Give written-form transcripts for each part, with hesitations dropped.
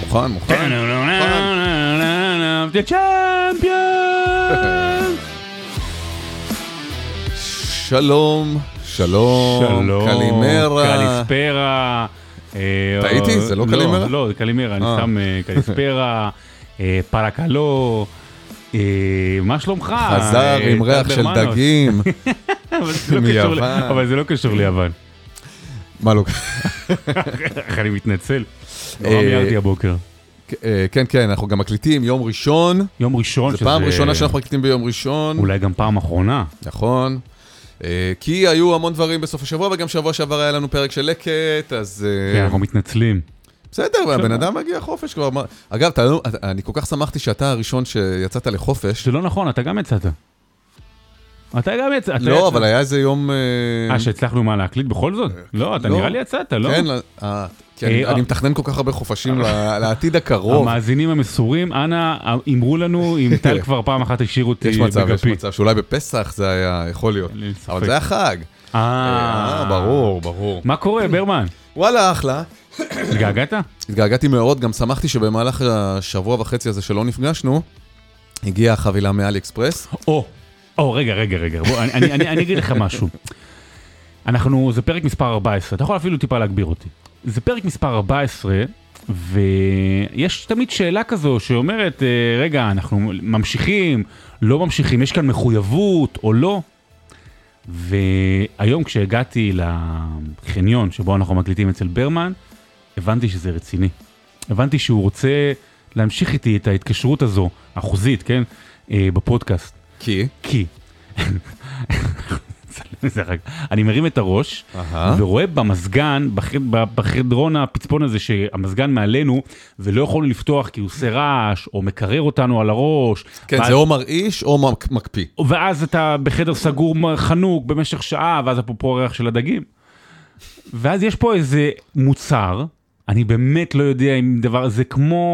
מוכן. The champion! שלום, קלימרה. קליספרה. טעיתי? זה לא קלימרה? לא, זה קלימרה, אני שם קליספרה, פרקלו, מה שלומך? חזר עם ריח של דגים. אבל זה לא קשור ליוון. מה לא? איך אני מתנצל. נורא מיירתי הבוקר. כן, אנחנו גם מקליטים יום ראשון. יום ראשון. זה פעם ראשונה שאנחנו מקליטים ביום ראשון. אולי גם פעם אחרונה. נכון. כי היו המון דברים בסוף השבוע, וגם שבוע שעבר היה לנו פרק של לקט, אז... כן, אנחנו מתנצלים. בסדר, הבן אדם מגיע חופש כבר. אגב, אני כל כך שמחתי שאתה הראשון שיצאת לחופש. זה לא נכון, אתה גם יצאת. אתה גם יצאת. לא, אבל היה איזה יום... שהצלחנו מה להקליט בכל זאת? לא, אתה נראה לי יצאת, לא? כן, אני מתכנן כל כך הרבה חופשים לעתיד הקרוב. המאזינים המסורים, אנא, אמרו לנו אם טל כבר פעם אחת השאירו אותי בגפי. יש מצב שאולי בפסח זה היה יכול להיות. אבל זה היה חג. ברור. מה קורה, ברמן? וואלה, אחלה. התגעגעת? התגעגעתי מאוד, גם שמחתי שבמהלך השבוע וחצי הזה שלא נפגשנו, הגיעה החבילה מאלי אקספרס. רגע, אני אגיד לך משהו. זה פרק מספר 14, אתה יכול אפילו טיפה להגביר אותי. זה פרק מספר 14, ויש תמיד שאלה כזו שאומרת, רגע, אנחנו ממשיכים, לא ממשיכים, יש כאן מחויבות או לא? והיום כשהגעתי לחניון שבו אנחנו מקליטים אצל ברמן, הבנתי שזה רציני. הבנתי שהוא רוצה להמשיך איתי את ההתקשרות הזו, אחוזית, כן? בפודקאסט. כי. אני מרים את הראש, ורואה במזגן, בחדרון הפצפון הזה, שהמזגן מעלינו, ולא יכולנו לפתוח כי הוא עושה רעש, או מקרר אותנו על הראש. כן, זה או מרעיש או מקפיא. ואז אתה בחדר סגור חנוק במשך שעה, ואז פה ריח של הדגים. ואז יש פה איזה מוצר, אני באמת לא יודע אם דבר, זה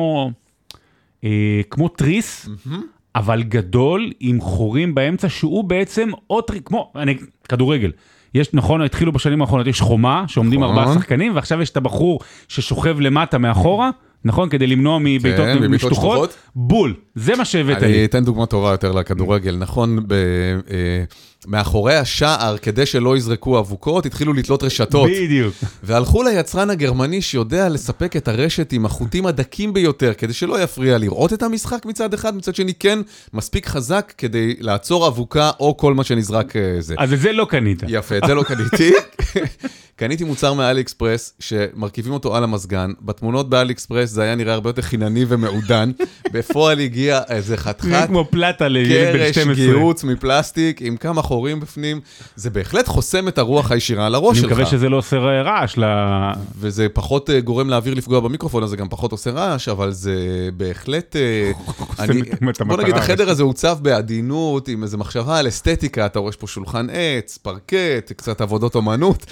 כמו טריס, אבל גדול עם חורים באמצע, שהוא בעצם כמו כדורגל. יש, נכון, התחילו בשנים האחרונות, יש חומה שעומדים 4 שחקנים, ועכשיו יש את הבחור ששוכב למטה מאחורה, נכון, כדי למנוע מבעיטות משטוחות. בול, זה מה שהבאת לי. אני אתן דוגמה טובה יותר לכדורגל. נכון, מאחורי השער, כדי שלא יזרקו אבוקות, התחילו לתלות רשתות. בדיוק. והלכו ליצרן הגרמני שיודע לספק את הרשת עם החוטים הדקים ביותר, כדי שלא יפריע לראות את המשחק מצד אחד, מצד שני כן מספיק חזק כדי לעצור אבוקה או כל מה שנזרק זה. אז זה לא קנית. יפה, את זה לא קניתי. קניתי מוצר מאלי אקספרס, שמרכיבים אותו על המזגן. בתמונות באלי אקספרס זה היה נראה הרבה יותר חינני ומעודן. בפועל הגיע איזה חתיכת כמו פלטה לילד בן 12. קרש גיהוץ מפלסטיק עם כמה חורים בפנים. זה בהחלט חוסם את הרוח הישירה על הראש שלך. אני מקווה שזה לא עושה רעש. וזה פחות גורם לאוויר לפגוע במיקרופון, אז זה גם פחות עושה רעש, אבל זה בהחלט... בוא נגיד, החדר הזה הוצב בעדינות, עם איזו מחשבה על אסתטיקה, אתה רואה פה שולחן עץ, פרקט, קצת עבודות אומנות.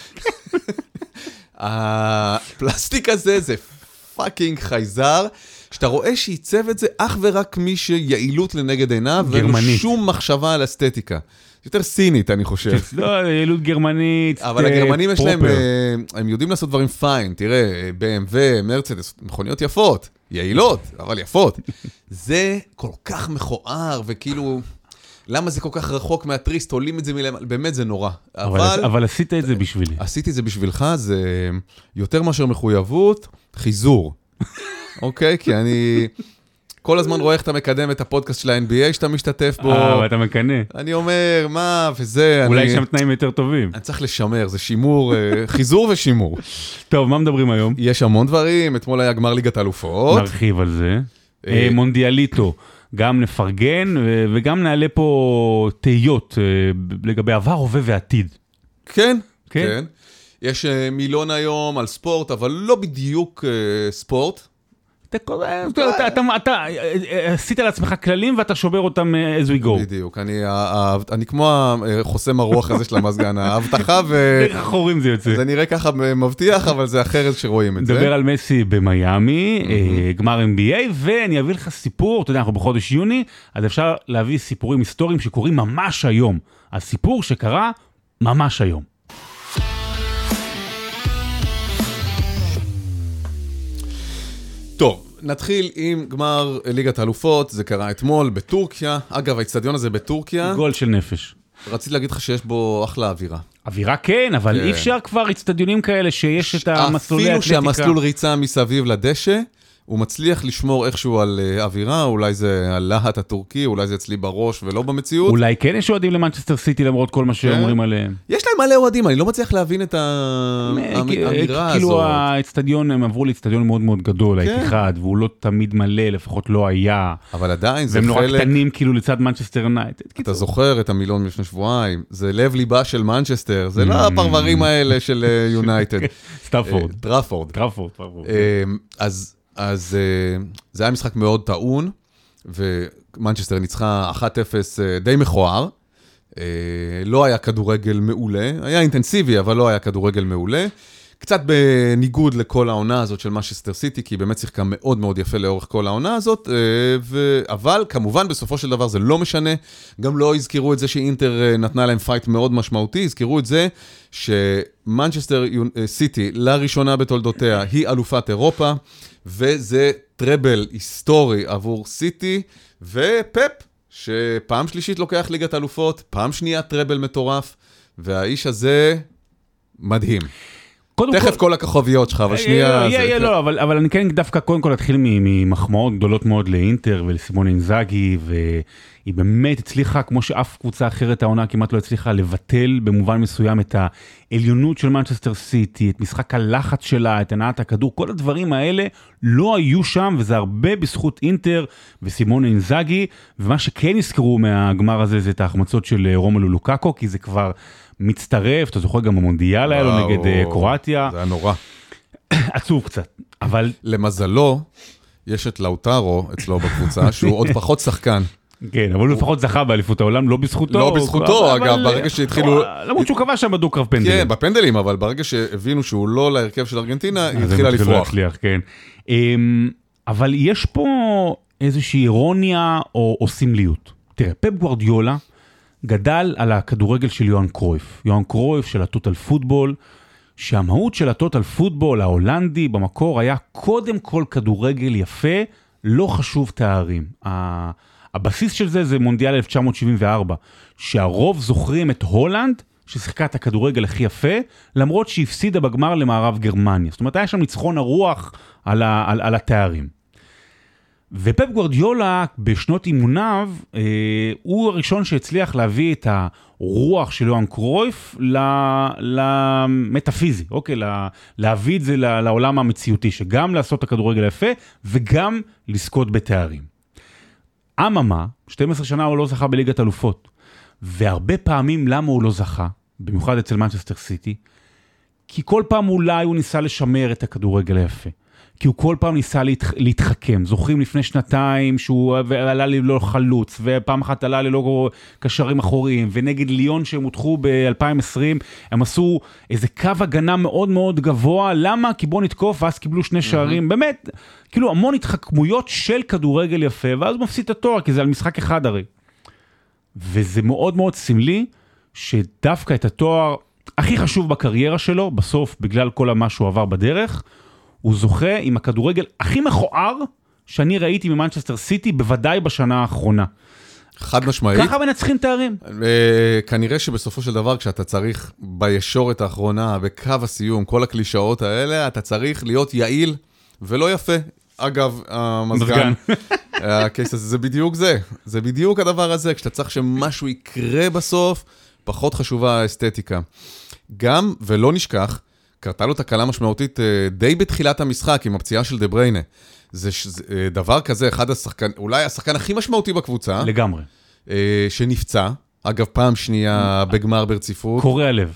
הפלסטיק הזה זה פאקינג חייזר, שאתה רואה שייצב את זה אך ורק מי שיעילות לנגד עיניו, ואין שום מחשבה על אסתטיקה. יותר סינית, אני חושב. לא, יעילות גרמנית. אבל הגרמנים יש להם, הם יודעים לעשות דברים פיין. תראה, BMW, מרצדס, מכוניות יפות, יעילות, אבל יפות. זה כל כך מכוער, וכאילו... למה זה כל כך רחוק מהטריסט, עולים את זה מלמעלה, באמת זה נורא. אבל עשית את זה בשבילי. עשיתי את זה בשבילך, זה יותר מאשר מחויבות, חיזור. אוקיי? כי אני כל הזמן רואה איך אתה מקדם את הפודקאסט של ה-NBA שאתה משתתף בו. ואתה מקנה. אני אומר, מה, וזה... אולי שם תנאים יותר טובים. אני צריך לשמר, זה שימור, חיזור ושימור. טוב, מה מדברים היום? יש המון דברים, אתמול היה גמר ליגת אלופות. נרחיב על זה. מונדיאליטו. גם נפרגן, וגם נעלה פה תהיות לגבי עבר, הווה ועתיד. כן. יש מילון היום על ספורט, אבל לא בדיוק ספורט. אתה עשית לעצמך כללים, ואתה שובר אותם as we go. בדיוק, אני כמו חוסם הרוח הזה של המזגן, ההבטחה ו... איך חורים זה יוצא. זה נראה ככה מבטיח, אבל זה אחרת שרואים את זה. דבר על מסי במיימי, גמר NBA, ואני אביא לך סיפור, אתה יודע, אנחנו בחודש יוני, אז אפשר להביא סיפורים היסטוריים שקורים ממש היום. הסיפור שקרה ממש היום. טוב, נתחיל עם גמר ליגת האלופות, זה קרה אתמול בטורקיה. אגב, האצטדיון הזה בטורקיה. גול של נפש. רציתי להגיד לך שיש בו אחלה אווירה. אווירה כן, אבל אי אפשר כבר אצטדיונים כאלה שיש את המסלולי אפילו אתלטיקה. שהמסלול ריצה מסביב לדשא, הוא מצליח לשמור איכשהו על אווירה, אולי זה הלהט הטורקי, אולי זה אצלי בראש ולא במציאות. אולי כן יש אוהדים למנצ'סטר סיטי למרות כל מה שאומרים עליהם. יש להם מלא אוהדים, אני לא מצליח להבין את האמירה הזאת. כאילו האצטדיון, הם עברו לאצטדיון מאוד מאוד גדול, האתיחאד, והוא לא תמיד מלא, לפחות לא היה. אבל עדיין זה חלק... והם נורא קטנים כאילו לצד מנצ'סטר יונייטד. אתה זוכר את המילון לפני שבועיים, זה לב ליבה של מנצ'סטר, זה לא הפרברים האלה של יונייטד. סטאפורד. טראפורד. אז זה היה משחק מאוד טעון, ומנצ'סטר ניצחה 1-0 די מכוער. לא היה כדורגל מעולה, היה אינטנסיבי, אבל לא היה כדורגל מעולה. קצת בניגוד לכל העונה הזאת של מנצ'סטר סיטי, כי היא באמת שיחקה מאוד מאוד יפה לאורך כל העונה הזאת, אבל כמובן בסופו של דבר זה לא משנה, גם לא הזכירו את זה שאינטר נתנה להם פייט מאוד משמעותי, הזכירו את זה שמנצ'סטר סיטי לראשונה בתולדותיה היא אלופת אירופה, וזה טראבל היסטורי עבור סיטי, ופפ, שפעם שלישית לוקח ליגת אלופות, פעם שנייה טראבל מטורף, והאיש הזה מדהים. תכף כל הכוכביות שלך, אבל שנייה... לא, אבל אני כן דווקא קודם כל להתחיל ממחמאות גדולות מאוד לאינטר ולסימון אינזאגי, והיא באמת הצליחה, כמו שאף קבוצה אחרת העונה כמעט לא הצליחה, לבטל במובן מסוים את העליונות של מנצ'סטר סיטי, את משחק הלחץ שלה, את הנעת הכדור, כל הדברים האלה לא היו שם, וזה הרבה בזכות אינטר וסימון אינזאגי, ומה שכן יזכרו מהגמר הזה זה את ההחמצות של רומלו לוקאקו, כי זה כבר... מצטרף, אתה זוכר גם המונדיאל היה לו נגד קרואטיה. זה היה נורא. עצוב קצת, אבל... למזלו, יש את לאוטרו אצלו בקבוצה, שהוא עוד פחות שחקן. כן, אבל הוא לפחות זכה באליפות העולם, לא בזכותו. לא בזכותו, אגב, ברגע שהתחילו... למרות שהוא קבע שם בדו-קרב פנדלים. כן, בפנדלים, אבל ברגע שהבינו שהוא לא להרכב של ארגנטינה, היא התחילה לפרוח. אבל יש פה איזושהי אירוניה או סמליות. תראה, פפ גוארדיולה, גדל על הכדורגל של יוהאן קרויף. יוהאן קרויף של הטוטל פוטבול, שהמהות של הטוטל פוטבול ההולנדי במקור היה קודם כל כדורגל יפה, לא חשוב תארים. הבסיס של זה מונדיאל 1974, שהרוב זוכרים את הולנד, ששיחקה את הכדורגל הכי יפה, למרות שהפסידה בגמר למערב גרמניה. זאת אומרת, היה שם ניצחון הרוח על התארים. ופפ גוארדיולה בשנות אימוניו, הוא הראשון שהצליח להביא את הרוח של יוהאן קרויף למטאפיזי, אוקיי? להביא את זה לעולם המציאותי, שגם לעשות את הכדורגל היפה, וגם לזכות בתארים. אממה, 12 שנה הוא לא זכה בליגת אלופות, והרבה פעמים למה הוא לא זכה, במיוחד אצל מנצ'סטר סיטי, כי כל פעם אולי הוא ניסה לשמר את הכדורגל היפה. כי הוא כל פעם ניסה להתחכם. זוכרים לפני שנתיים שהוא עלה ללא חלוץ, ופעם אחת עלה ללא קשרים אחוריים, ונגד ליון שהם הותחו ב-2020, הם עשו איזה קו הגנה מאוד מאוד גבוה. למה? כי בוא נתקוף, ואז קיבלו 2 שערים. באמת, כאילו המון התחכמויות של כדורגל יפה, ואז הוא מפסיד את התואר, כי זה על משחק אחד הרי. וזה מאוד מאוד סמלי, שדווקא את התואר הכי חשוב בקריירה שלו, בסוף, בגלל כל מה שהוא עבר בדרך, הוא זוכה עם הכדורגל הכי מכוער שאני ראיתי ממנצ'סטר סיטי, בוודאי בשנה האחרונה. חד משמעית. ככה מנצחים תארים. כנראה שבסופו של דבר, כשאתה צריך בישורת האחרונה, בקו הסיום, כל הקלישאות האלה, אתה צריך להיות יעיל ולא יפה. אגב, המזגן, הקייס הזה, זה בדיוק זה. זה בדיוק הדבר הזה, כשאתה צריך שמשהו יקרה בסוף, פחות חשובה האסתטיקה. גם, ולא נשכח, קרתה לו תקלה משמעותית די בתחילת המשחק עם הפציעה של דה בריינה. זה דבר כזה, אולי השחקן הכי משמעותי בקבוצה. לגמרי. שנפצע, אגב פעם שנייה בגמר ברציפות. קורע לב.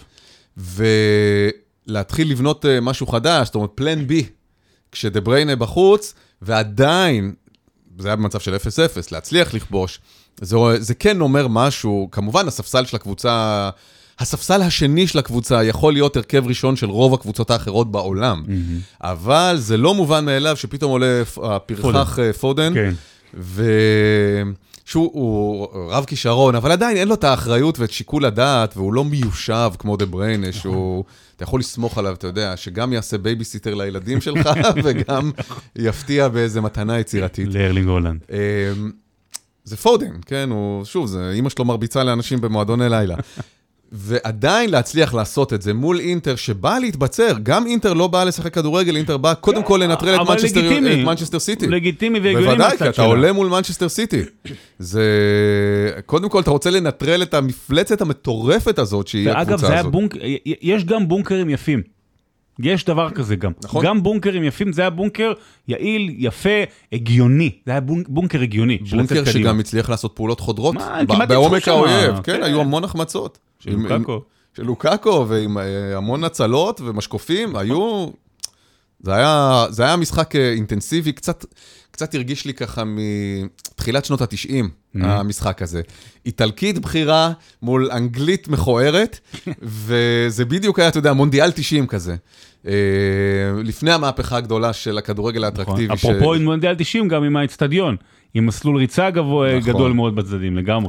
ולהתחיל לבנות משהו חדש, זאת אומרת פלן בי, כשדה בריינה בחוץ, ועדיין, זה היה במצב של 0-0, להצליח לכבוש. זה כן אומר משהו, כמובן הספסל של הקבוצה, הספסל השני של הקבוצה יכול להיות הרכב ראשון של רוב הקבוצות האחרות בעולם, אבל זה לא מובן מאליו שפתאום עולה הפרחח פודן, שהוא רב כישרון, אבל עדיין אין לו את האחריות ואת שיקול הדעת, והוא לא מיושב כמו דה בריינה, שהוא, אתה יכול לסמוך עליו, אתה יודע, שגם יעשה בייביסיטר לילדים שלך, וגם יפתיע באיזה מתנה יצירתית. לארלינג הולנד. זה פודן, כן? שוב, אמא שלו מרביצה לאנשים במועדוני לילה. ועדיין להצליח לעשות את זה מול אינטר שבא להתבצר, גם אינטר לא באה לשחק כדורגל, אינטר באה קודם כל לנטרל את מנצ'סטר סיטי. לגיטימי והגיוני. בוודאי, כי אתה עולה מול מנצ'סטר סיטי. זה, קודם כל אתה רוצה לנטרל את המפלצת המטורפת הזאת שהיא הקבוצה הזאת. ואגב, יש גם בונקרים יפים. יש דבר כזה גם. נכון. גם בונקרים יפים, זה היה בונקר יעיל, יפה, הגיוני. זה היה בונקר הגיוני. בונקר שגם הצליח לעשות פעולות חודרות בעומק האויב. כן, היו המון החמצות. של לוקאקו, ועם המון הצלות ומשקופים, היו... זה היה משחק אינטנסיבי, קצת הרגיש לי ככה מתחילת שנות ה-90, המשחק הזה. איטלקית בחירה מול אנגלית מכוערת, וזה בדיוק היה, אתה יודע, מונדיאל 90 כזה. לפני המהפכה הגדולה של הכדורגל האטרקטיבי. אפרופו מונדיאל 90 גם עם האצטדיון, עם מסלול ריצה גדול מאוד בצדדים, לגמרי.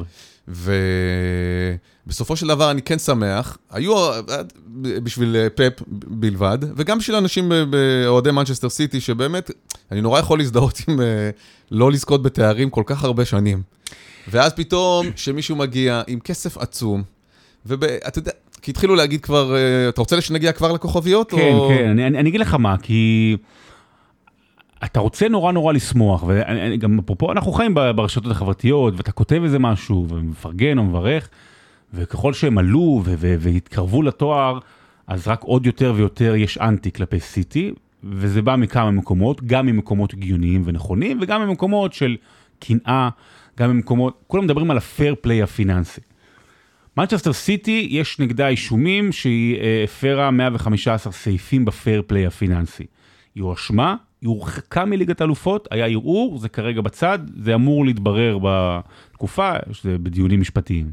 ובסופו של דבר אני כן שמח, היו בשביל פפ בלבד, וגם בשביל אנשים באוהדי מנצ'סטר סיטי, שבאמת, אני נורא יכול להזדהות עם לא לזכות בתארים כל כך הרבה שנים. ואז פתאום שמישהו מגיע עם כסף עצום, ואתה יודע, כי התחילו להגיד כבר, אתה רוצה שנגיע כבר לכוכביות? כן, כן, אני אגיד לך מה, כי... אתה רוצה נורא לשמוח, וגם אפרופו, אנחנו חיים ברשתות החברתיות, ואתה כותב איזה משהו, ומפרגן או מברך, וככל שהם עלו והתקרבו לתואר, אז רק עוד יותר ויותר יש אנטי כלפי סיטי, וזה בא מכמה מקומות, גם ממקומות הגיוניים ונכונים, וגם ממקומות של קנאה, גם ממקומות, כולם מדברים על הפייר פליי הפיננסי. מנצ'סטר סיטי, יש נגדה אישומים שהיא הפרה 115 סעיפים בפייר פליי הפיננסי. היא הואשמה, היא הורחקה מליגת אלופות, היה ערעור, זה כרגע בצד, זה אמור להתברר בתקופה, שזה בדיונים משפטיים.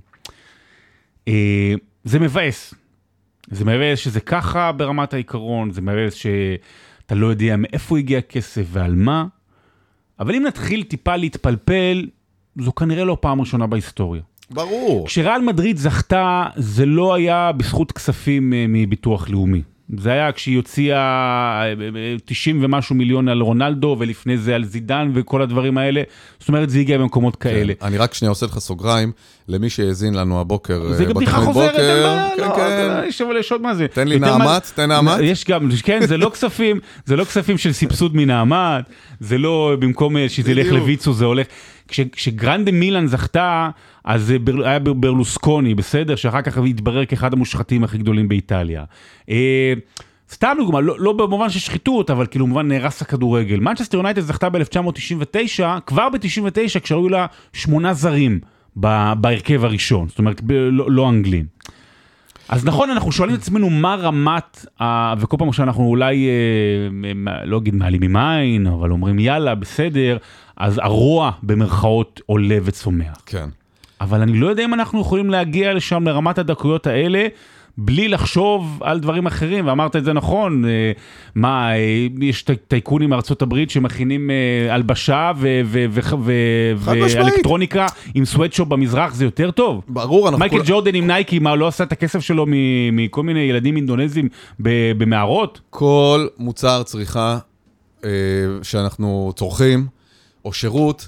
זה מבאס. זה מבאס שזה ככה ברמת העיקרון, זה מבאס שאתה לא יודע מאיפה הגיע כסף ועל מה, אבל אם נתחיל טיפה להתפלפל, זו כנראה לא פעם ראשונה בהיסטוריה. ברור. כשריאל מדריד זכתה, זה לא היה בזכות כספים מביטוח לאומי. זה היה כשהיא הוציאה 90 ומשהו מיליון על רונלדו, ולפני זה על זידן וכל הדברים האלה. זאת אומרת, זה הגיע במקומות כאלה. אני רק שנייה עושה לך סוגריים, למי שהאזין לנו הבוקר. זה גם בדיחה חוזרת, יש עוד מה זה. תן לי נעמת, תן נעמת. יש גם, כן, זה לא כספים של סבסוד מנעמת, זה לא במקום שזה ילך לויצו, זה הולך. כשגרנדה מילאן זכתה, אז זה היה ברלוסקוני, בסדר? שאחר כך התברר כאחד המושחתים הכי גדולים באיטליה. סתם דוגמה, לא במובן של שחיתות, אבל כאילו במובן נהרס הכדורגל. מנצ'סטר יונייטד זכתה ב-1999, כבר ב-99 כשהיו לה 8 זרים בהרכב הראשון, זאת אומרת, לא אנגלים. אז נכון, אנחנו שואלים את עצמנו מה רמת, וכל פעם שאנחנו אולי, לא אגיד מעלים ממים, אבל אומרים יאללה, בסדר, אז הרוע במרכאות עולה וצומח. כן. אבל אני לא יודע אם אנחנו יכולים להגיע לשם לרמת הדקויות האלה, בלי לחשוב על דברים אחרים, ואמרת את זה נכון, מה, יש טייקונים מארצות הברית שמכינים הלבשה ואלקטרוניקה עם סוואטשופ במזרח, זה יותר טוב. ברור, מייקל ג'ורדן עם נייקי, מה, לא עשה את הכסף שלו מכל מיני ילדים אינדונזים במערות? כל מוצר צריכה שאנחנו צורכים, או שירות,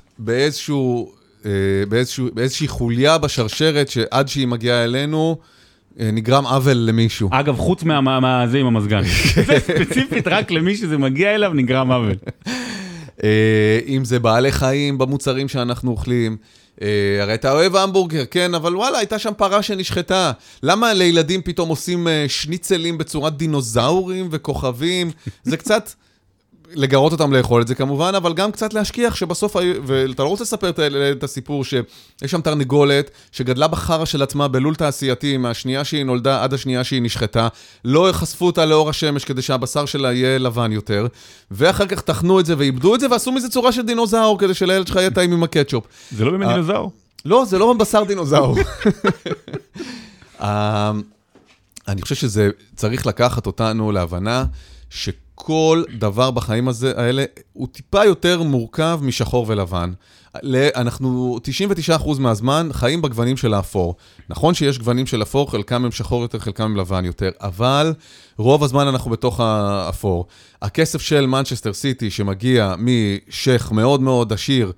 באיזושהי חוליה בשרשרת, שעד שהיא מגיעה אלינו, נגרם עוול למישהו. אגב, חוץ מהזה עם המזגן. זה ספציפית רק למי שזה מגיע אליו, נגרם עוול. אם זה בעלי חיים במוצרים שאנחנו אוכלים, הרי אתה אוהב המבורגר, כן, אבל וואלה, הייתה שם פרה שנשחטה. למה לילדים פתאום עושים שניצלים בצורת דינוזאורים וכוכבים? זה קצת... לגרות אותם לאכול את זה כמובן, אבל גם קצת להשכיח שבסוף, ואתה לא רוצה לספר את הסיפור שיש שם תרנגולת שגדלה בחרה של עצמה בלול תעשייתי מהשנייה שהיא נולדה עד השנייה שהיא נשחטה, לא חשפו אותה לאור השמש כדי שהבשר שלה יהיה לבן יותר, ואחר כך תכנו את זה ואיבדו את זה ועשו מזה צורה של דינוזאור כדי שלילד שלך יהיה טעים עם הקטשופ. זה לא באמת דינוזאור? לא, זה לא בשר דינוזאור. אני חושב שזה צריך לקחת אותנו להבנה כל דבר בחיים האלה הוא טיפה יותר מורכב משחור ולבן. אנחנו 99% מהזמן חיים בגוונים של האפור. נכון שיש גוונים של אפור, חלקם הם שחור יותר, חלקם הם לבן יותר, אבל רוב הזמן אנחנו בתוך האפור. הכסף של מנצ'סטר סיטי שמגיע משייך מאוד מאוד עשיר,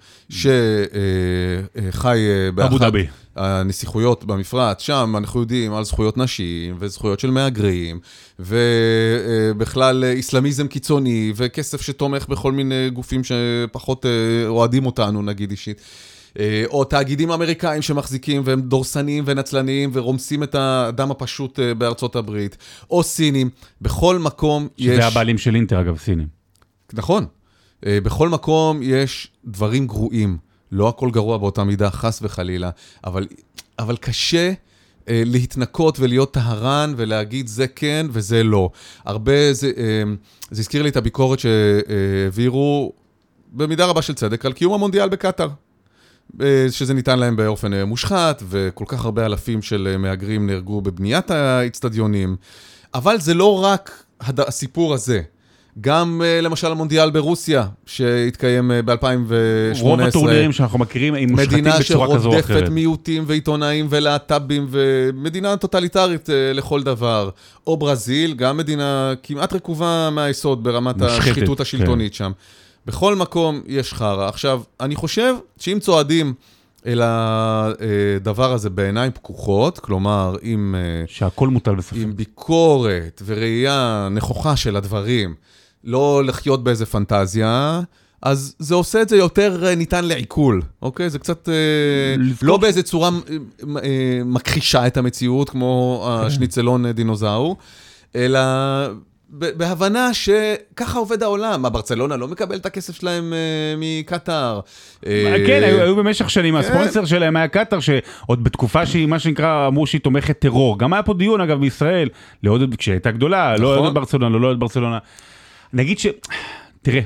שחי באחד הנסיכויות במפרט, שם אנחנו יודעים על זכויות נשים וזכויות של מהגרים, ובכלל איסלאמיזם קיצוני, וכסף שתומך בכל מיני גופים שפחות אוהדים אותנו, נגיד אישית. או תאגידים אמריקאים שמחזיקים והם דורסניים ונצלניים ורומסים את האדם הפשוט בארצות הברית, או סינים, בכל מקום יש... שזה הבעלים של אינטר אגב, סינים. נכון, בכל מקום יש דברים גרועים, לא הכל גרוע באותה מידה, חס וחלילה, אבל קשה להתנקות ולהיות טהרן ולהגיד זה כן וזה לא. הרבה, זה הזכיר לי את הביקורת שהעבירו במידה רבה של צדק על קיום המונדיאל בקטר. שזה ניתן להם באופן מושחת, וכל כך הרבה אלפים של מהגרים נהרגו בבניית האצטדיונים. אבל זה לא רק הסיפור הזה. גם למשל המונדיאל ברוסיה, שהתקיים ב-2018. רוב הטורנירים שאנחנו מכירים, הם מושחתים בצורה כזו או אחרת. מדינה שרודפת מיעוטים ועיתונאים ולהט"בים, ומדינה טוטליטרית לכל דבר. או ברזיל, גם מדינה כמעט רקובה מהיסוד ברמת השחיתות השלטונית שם. בכל מקום יש חרה. עכשיו, אני חושב שאם צועדים אל הדבר הזה בעיניים פקוחות, כלומר, שהכל מוטל בספק. עם ביקורת וראייה נכוחה של הדברים, לא לחיות באיזה פנטזיה, אז זה עושה את זה יותר ניתן לעיכול, אוקיי? זה קצת לא באיזה צורה מכחישה את המציאות, כמו השניצלון דינוזאור, אלא... בהבנה שככה עובד העולם. ברצלונה לא מקבל את הכסף שלהם מקטר. כן, היו במשך שנים, הספונסר שלהם היה קטר, שעוד בתקופה שהיא, מה שנקרא, אמרו שהיא תומכת טרור. גם היה פה דיון, אגב, בישראל, כשהייתה גדולה, לא אוהד ברצלונה, לא אוהד ברצלונה. נגיד תראה,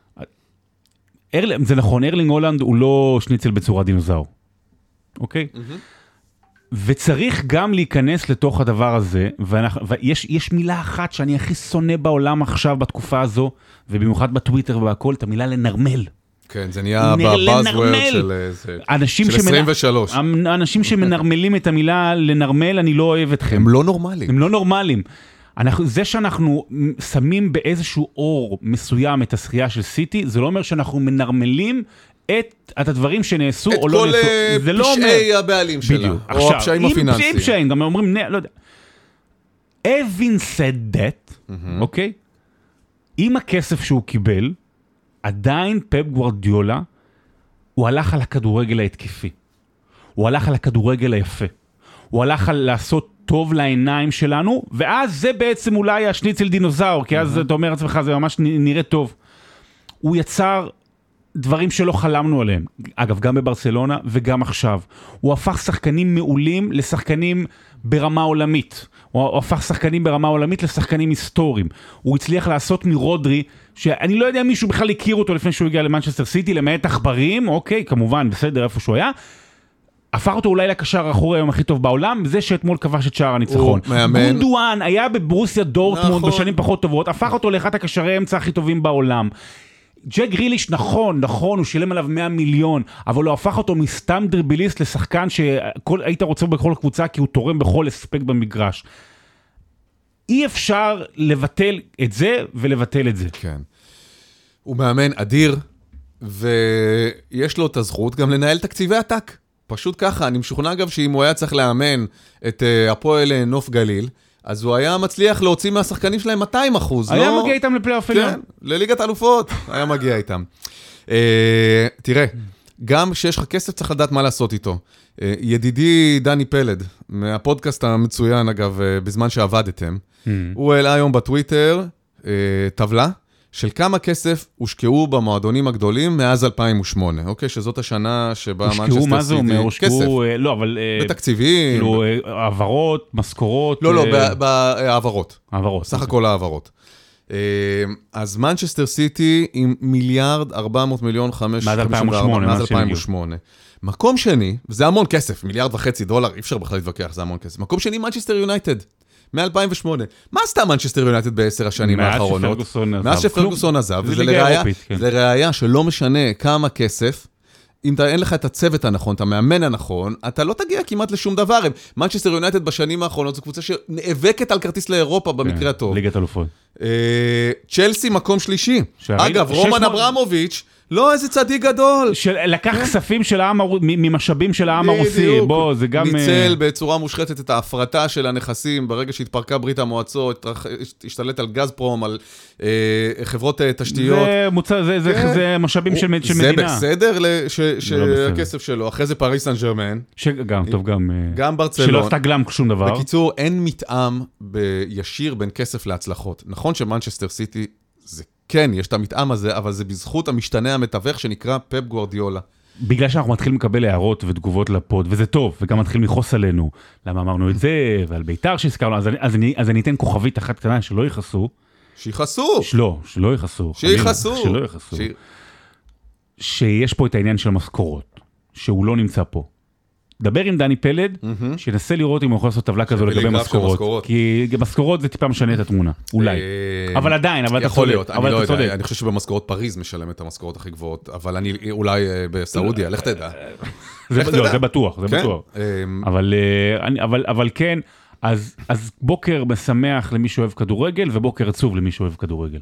זה נכון, ארלינג הולנד הוא לא שניצל בצורה דינוזאור. אוקיי? וצריך גם להיכנס לתוך הדבר הזה, ויש מילה אחת שאני הכי שונא בעולם עכשיו בתקופה הזו, ובמיוחד בטוויטר והכל, את המילה לנרמל. כן, זה נהיה בבאזוורד של 23. אנשים שמנרמלים את המילה לנרמל, אני לא אוהב אתכם. הם לא נורמליים. הם לא נורמליים. זה שאנחנו שמים באיזשהו אור מסוים את הזכייה של סיטי, זה לא אומר שאנחנו מנרמלים את הדברים שנעשו או לא נעשו. את כל פשעי הבעלים שלה, או הפשעים הפיננסיים. פשעים, גם אומרים, לא יודע. Having said that, אוקיי? עם הכסף שהוא קיבל, עדיין פפ גוארדיולה, הוא הלך על הכדורגל ההתקפי. הוא הלך על הכדורגל היפה. הוא הלך על לעשות טוב לעיניים שלנו, ואז זה בעצם אולי השניצל דינוזאור, כי אז אתה אומר לעצמך, זה ממש נראה טוב. הוא יצר דברים שלא חלמנו עליהם. אגב, גם בברצלונה וגם עכשיו. הוא הפך שחקנים מעולים לשחקנים ברמה עולמית. הוא הפך שחקנים ברמה עולמית לשחקנים היסטוריים. הוא הצליח לעשות מרודרי, שאני לא יודע מישהו בכלל הכיר אותו לפני שהוא הגיע למנצ'סטר סיטי, למעט עכברים, אוקיי, כמובן, בסדר, איפה שהוא היה. הפך אותו אולי לקשר האחורי היום הכי טוב בעולם, זה שאתמול כבש את שער הניצחון. גונדואן היה בברוסיה דורטמונד בשנים פחות טובות, הפך אותו לאחד הקשרי האמצע הכי טובים בעולם. ג'ק גריליש, נכון, הוא שילם עליו 100 מיליון, אבל הוא הפך אותו מסתם דריבליסט לשחקן שהיית רוצה בכל קבוצה, כי הוא תורם בכל אספקט במגרש. אי אפשר לבטל את זה ולבטל את זה. כן. הוא מאמן אדיר, ויש לו את הזכות גם לנהל תקציבי עתק. פשוט ככה, אני משוכנע אגב שאם הוא היה צריך לאמן את הפועל נוף גליל, אז הוא היה מצליח להוציא מהשחקנים שלהם 200%. היה מגיע איתם לפלייאוף עליון. כן, לליגת האלופות, היה מגיע איתם. תראה, גם שיש לך כסף צריך לדעת מה לעשות איתו. ידידי דני פלד, מהפודקאסט המצוין אגב, בזמן שעבדתם, הוא העלה היום בטוויטר טבלה, של כמה כסף הושקעו במועדונים הגדולים מאז 2008, אוקיי? שזאת השנה שבה מנצ'סטר סיטי... הושקעו, מה זה אומר? הושקעו, לא, אבל... בתקציבים. כאילו, העברות, משכורות... לא, בהעברות. העברות. סך הכל העברות. אז מנצ'סטר סיטי עם 1,400,000,000 מאז 2008. מאז 2008. מקום שני, וזה המון כסף, $1.5 מיליארד, אי אפשר בכלל להתווכח, זה המון כסף. מקום שני, מנצ'סטר יונייטד. מ-2008. מה עשתה מנצ'סטר יונייטד ב10 השנים האחרונות? מאז שפרגוסון עזב. זה ראיה שלא משנה כמה כסף, אם אין לך את הצוות הנכון, את המאמן הנכון, אתה לא תגיע כמעט לשום דבר. מנצ'סטר יונייטד בשנים האחרונות, זו קבוצה שנאבקת על כרטיס לאירופה במקרה הטוב. ליגת אלופות. צ'לסי מקום שלישי. אגב, רומן אברמוביץ', לא איזה צדיק גדול. לקח כספים של העם, ממשאבים של העם הרוסי. בוא, זה גם... ניצל בצורה מושחתת את ההפרטה של הנכסים, ברגע שהתפרקה ברית המועצות, השתלט על גזפרום, על חברות תשתיות. זה משאבים של מדינה. זה בסדר שהכסף שלו. אחרי זה פריס סן ז'רמן. גם, טוב, גם ברצלון. שלא עשתה גלם שום דבר. בקיצור, אין מתאם בישיר בין כסף להצלחות. נכון שמנצ'סטר סיטי זה כן, יש את המתאם הזה, אבל זה בזכות המשתנה המתווך שנקרא פפ גוארדיולה. בגלל שאנחנו מתחילים לקבל הערות ותגובות לפוד, וזה טוב, וגם מתחילים לכעוס עלינו, למה אמרנו את זה, ועל ביתר שהזכרנו, אז אני אתן כוכבית אחת קטנה שלא יכעסו. שיכעסו. שלא יכעסו. שיכעסו. שלא יכעסו. שיש פה את העניין של המשכורות, שהוא לא נמצא פה. דבר עם דני פלד, שינסה לראות אם הוא יכול לעשות טבלה כזו לגבי משכורות. כי משכורות זה טיפה משנה את התמונה, אולי. אבל עדיין, אבל אתה צודק. יכול להיות, אני לא יודע, אני חושב שבמשכורות פריז משלם את המשכורות הכי גבוהות, אבל אני אולי בסעודיה, לך תדע. זה בטוח, זה בטוח. אבל כן, אז בוקר משמח למי שאוהב כדורגל, ובוקר עצוב למי שאוהב כדורגל.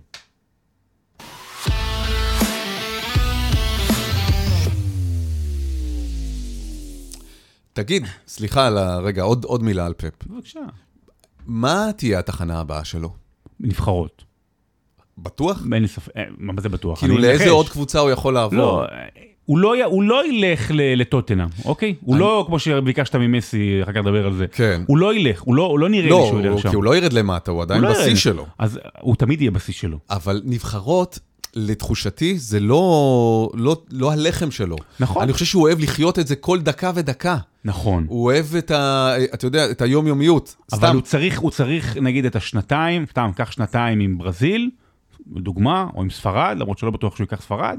תגיד, סליחה על הרגע, עוד מילה על פפ. בבקשה. מה תהיה התחנה הבאה שלו? נבחרות. בטוח? אין לי ספק, מה זה בטוח? כאילו לאיזה עוד קבוצה הוא יכול לעבור? לא, הוא לא ילך לטוטנהאם, אוקיי? הוא לא, כמו שביקשת ממסי, אחר כך לדבר על זה. כן. הוא לא ילך, הוא לא נראה לי שהוא ילך שם. כי הוא לא ירד למטה, הוא עדיין בשיא שלו. אז הוא תמיד יהיה בשיא שלו. אבל נבחרות... לתחושתי, זה לא הלחם שלו. נכון. אני חושב שהוא אוהב לחיות את זה כל דקה ודקה. נכון. הוא אוהב אתה יודע, את היומיומיות. אבל הוא צריך, נגיד, את השנתיים, קח שנתיים עם ברזיל, דוגמה, או עם ספרד, למרות שלא בטוח שהוא ייקח ספרד,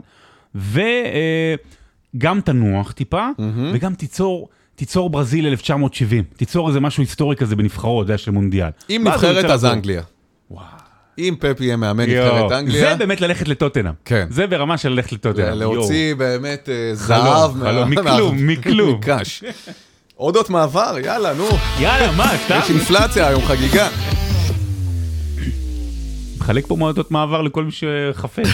וגם תנוח טיפה, וגם תיצור ברזיל 1970. תיצור איזה משהו היסטורי כזה בנבחרות, זה היה של מונדיאל. אם נבחרת אז אנגליה. וואו. אם פפ יהיה מאמן נבחרת אנגליה... זה באמת ללכת לטוטנהאם. כן. זה ברמה של ללכת לטוטנהאם. להוציא באמת זהב. מכלום. מקש. עודות מעבר, יאללה, נו. יאללה, מה, סתם? יש אינפלציה היום, חגיגה. מחלק פה מועדות מעבר לכל מי שחפש.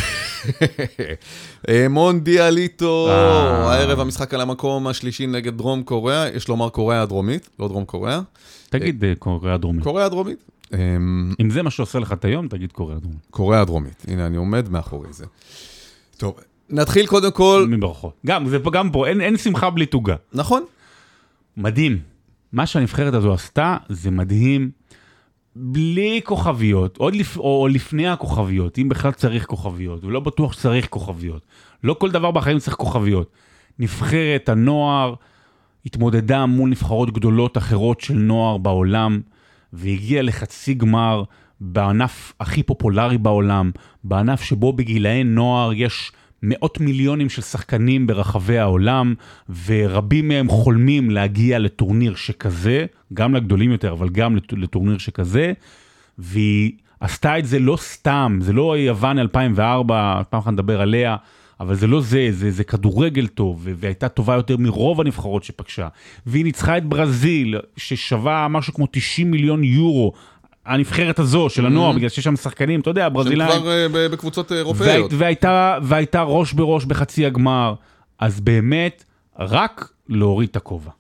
מונדיאליטו, הערב המשחק על המקום השלישי נגד דרום קוריאה, יש לומר קוריאה הדרומית, לא דרום קוריאה. תגיד קוריאה הדרומית. קוריאה הדרומית. אם זה מה שעושה לך את היום, תגיד קוריאה הדרומית. קוריאה הדרומית, הנה אני עומד מאחורי זה. טוב, נתחיל קודם כל... מברכות. גם פה, אין שמחה בלי תוגה. נכון. מדהים. מה שהנבחרת הזו עשתה, זה מדהים. בלי כוכביות, או לפני הכוכביות, אם בכלל צריך כוכביות, ולא בטוח שצריך כוכביות. לא כל דבר בחיים צריך כוכביות. נבחרת הנוער התמודדה מול נבחרות גדולות אחרות של נוער בעולם, והגיעה לחצי גמר בענף הכי פופולרי בעולם, בענף שבו בגילאי נוער יש מאות מיליונים של שחקנים ברחבי העולם, ורבים מהם חולמים להגיע לטורניר שכזה, גם לגדולים יותר, אבל גם לטורניר שכזה, והיא עשתה את זה לא סתם, זה לא יוון 2004, פעם אחת נדבר עליה, אבל זה לא זה כדורגל טוב, והייתה טובה יותר מרוב הנבחרות שפגשה, והיא ניצחה את ברזיל, ששווה משהו כמו 90 מיליון יורו, הנבחרת הזו של הנוער, בגלל שיש שם שחקנים, אתה יודע, הברזילאים. שהם כבר בקבוצות אירופאיות. והייתה ראש בראש בחצי הגמר, אז באמת, רק להוריד את הכובע.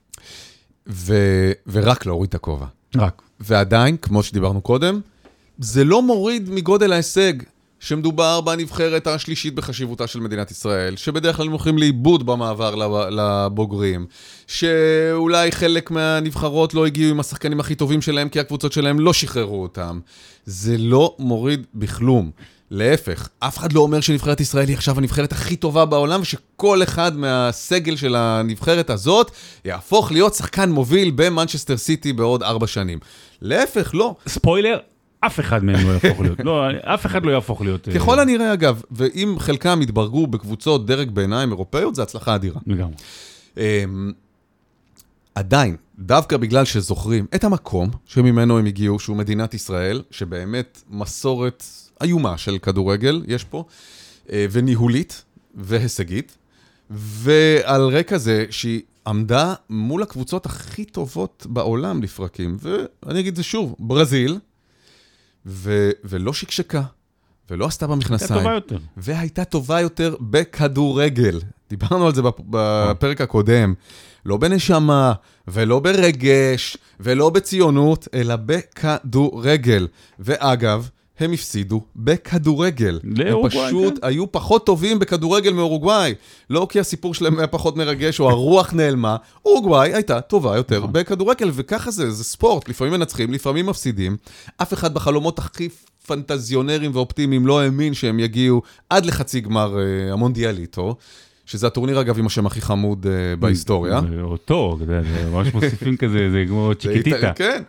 ורק להוריד את הכובע. רק. ועדיין, כמו שדיברנו קודם, זה לא מוריד מגודל ההישג, שמדובר בנבחרת השלישית בחשיבותה של מדינת ישראל, שבדרך כלל הם הולכים לאיבוד במעבר לבוגרים, שאולי חלק מהנבחרות לא הגיעו עם השחקנים הכי טובים שלהם, כי הקבוצות שלהם לא שחררו אותם. זה לא מוריד בכלום. להפך, אף אחד לא אומר שנבחרת ישראל היא עכשיו הנבחרת הכי טובה בעולם, ושכל אחד מהסגל של הנבחרת הזאת יהפוך להיות שחקן מוביל במנצ'סטר סיטי בעוד 4 שנים. להפך, לא. ספוילר, אף אחד מהם לא יהפוך להיות. לא, אף אחד לא יהפוך להיות. ככל הנראה, אגב, ואם חלקם יתברגו בקבוצות דרג ביניים אירופאיות, זה הצלחה אדירה. לגמרי. עדיין, דווקא בגלל שזוכרים את המקום שממנו הם הגיעו, שהוא מדינת ישראל, שבאמת מסורת איומה של כדורגל יש פה, וניהולית והישגית, ועל רקע זה שהיא עמדה מול הקבוצות הכי טובות בעולם לפרקים, ואני אגיד זה שוב, ברזיל, ולא שקשקה, ולא עשתה במכנסיים. הייתה טובה יותר. והייתה טובה יותר בכדורגל. דיברנו על זה בפרק הקודם. לא בנשמה, ולא ברגש, ולא בציונות, אלא בכדורגל. ואגב, הם הפסידו בכדורגל. לאורוגוואי, הם פשוט היו פחות טובים בכדורגל מאורוגוואי. לא כי הסיפור שלהם היה פחות מרגש, או הרוח נעלמה. אורוגוואי הייתה טובה יותר בכדורגל, וככה זה ספורט. לפעמים מנצחים, לפעמים מפסידים. אף אחד בחלומות הכי פנטזיונרים ואופטימיים לא האמין שהם יגיעו עד לחצי גמר המונדיאליטו, שזה הטורניר אגב עם השם הכי חמוד בהיסטוריה. אותו, זה ממש מוסיפים כזה, זה כמו צ'יקיטיטה. כן.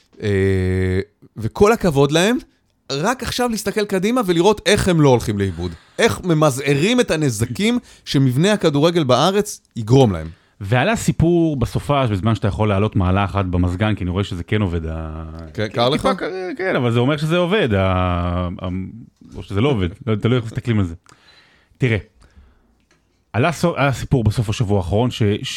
וכל הכבוד להם, רק עכשיו להסתכל קדימה ולראות איך הם לא הולכים לאיבוד. איך ממזערים את הנזקים שמבנה הכדורגל בארץ יגרום להם. ועלה סיפור בסופה, בזמן שאתה יכול לעלות מעלה אחת במזגן, כי אני רואה שזה כן עובד. כן, קר לך? כן, אבל זה אומר שזה עובד, או שזה לא עובד, אתה לא יכול להסתכלים על זה. תראה, עלה סיפור בסוף השבוע האחרון,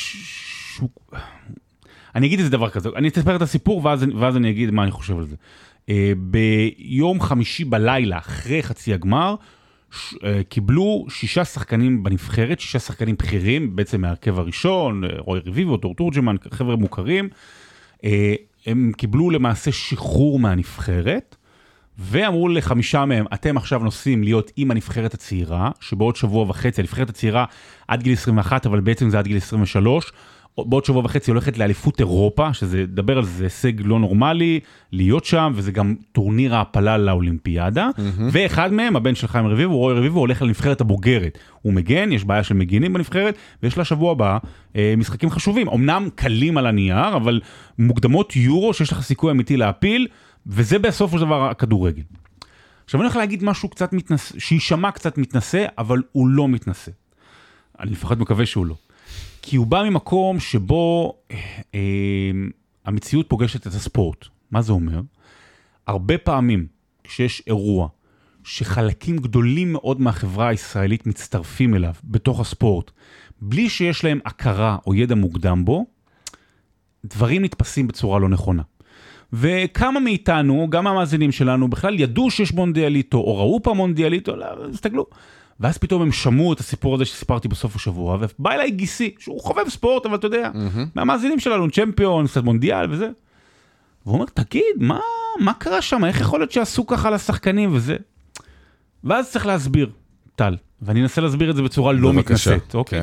אני אגיד איזה דבר כזה, אני אספר את הסיפור, ואז אני אגיד מה אני חושב על זה. ביום חמישי בלילה, אחרי חצי הגמר, קיבלו 6 שחקנים בנבחרת, 6 שחקנים בכירים, בעצם מהרכב הראשון, רוי רביבו, דור תורג'מן, חבר'ה מוכרים, הם קיבלו למעשה שחרור מהנבחרת, ואמרו ל5 מהם, אתם עכשיו נוסעים להיות עם הנבחרת הצעירה, שבעוד שבוע וחצי, הנבחרת הצעירה עד גיל 21, אבל בעצם זה עד גיל 23, בעוד שבוע וחצי הולכת לאליפות אירופה, שזה, דבר על זה, הישג לא נורמלי, להיות שם, וזה גם טורניר ההפלה לאולימפיאדה, ואחד מהם, הבן של חיים רביבו, רוי רביבו, הולך לנבחרת הבוגרת. הוא מגן, יש בעיה של מגינים בנבחרת, ויש לה שבוע הבא משחקים חשובים, אמנם קלים על הנייר, אבל מוקדמות יורו שיש לך סיכוי אמיתי להפיל, וזה בסוף של דבר הכדורגל. עכשיו אני הולך להגיד משהו קצת מתנשא, שישמע קצת מתנשא, אבל הוא לא מתנשא. אני לפחות מקווה שהוא לא. כי הוא בא ממקום שבו המציאות פוגשת את הספורט. מה זה אומר? הרבה פעמים כשיש אירוע שחלקים גדולים מאוד מהחברה הישראלית מצטרפים אליו בתוך הספורט, בלי שיש להם הכרה או ידע מוקדם בו, דברים נתפסים בצורה לא נכונה. וכמה מאיתנו, גם המאזינים שלנו, בכלל ידעו שיש מונדיאליטו, או ראו פעם מונדיאליטו, תסתכלו. ואז פתאום הם שמעו את הסיפור הזה שסיפרתי בסוף השבוע, ובא אליי גיסי, שהוא חובב ספורט, אבל אתה יודע, מהמאזינים שלנו, צ'מפיון, קצת מונדיאל וזה. והוא אומר, תגיד, מה קרה שם? איך יכול להיות שעשו ככה לשחקנים וזה? ואז צריך להסביר, טל, ואני אנסה להסביר את זה בצורה לא מתנשאת. אוקיי.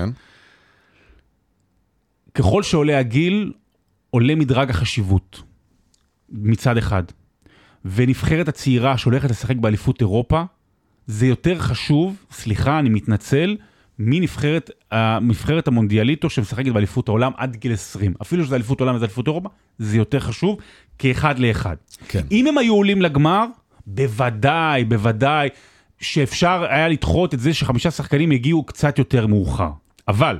ככל שעולה הגיל, עולה מדרג החשיבות, מצד אחד. ונבחרת הצעירה שהולכת לשחק באליפות אירופה, זה יותר חשוב, סליחה, אני מתנצל, מנבחרת המונדיאליטו שמשחקת באליפות העולם עד גיל 20. אפילו שזה אליפות העולם וזה אליפות אירופה, זה יותר חשוב כאחד לאחד. כן. אם הם היו עולים לגמר, בוודאי, שאפשר היה לדחות את זה ש5 שחקנים הגיעו קצת יותר מאוחר. אבל,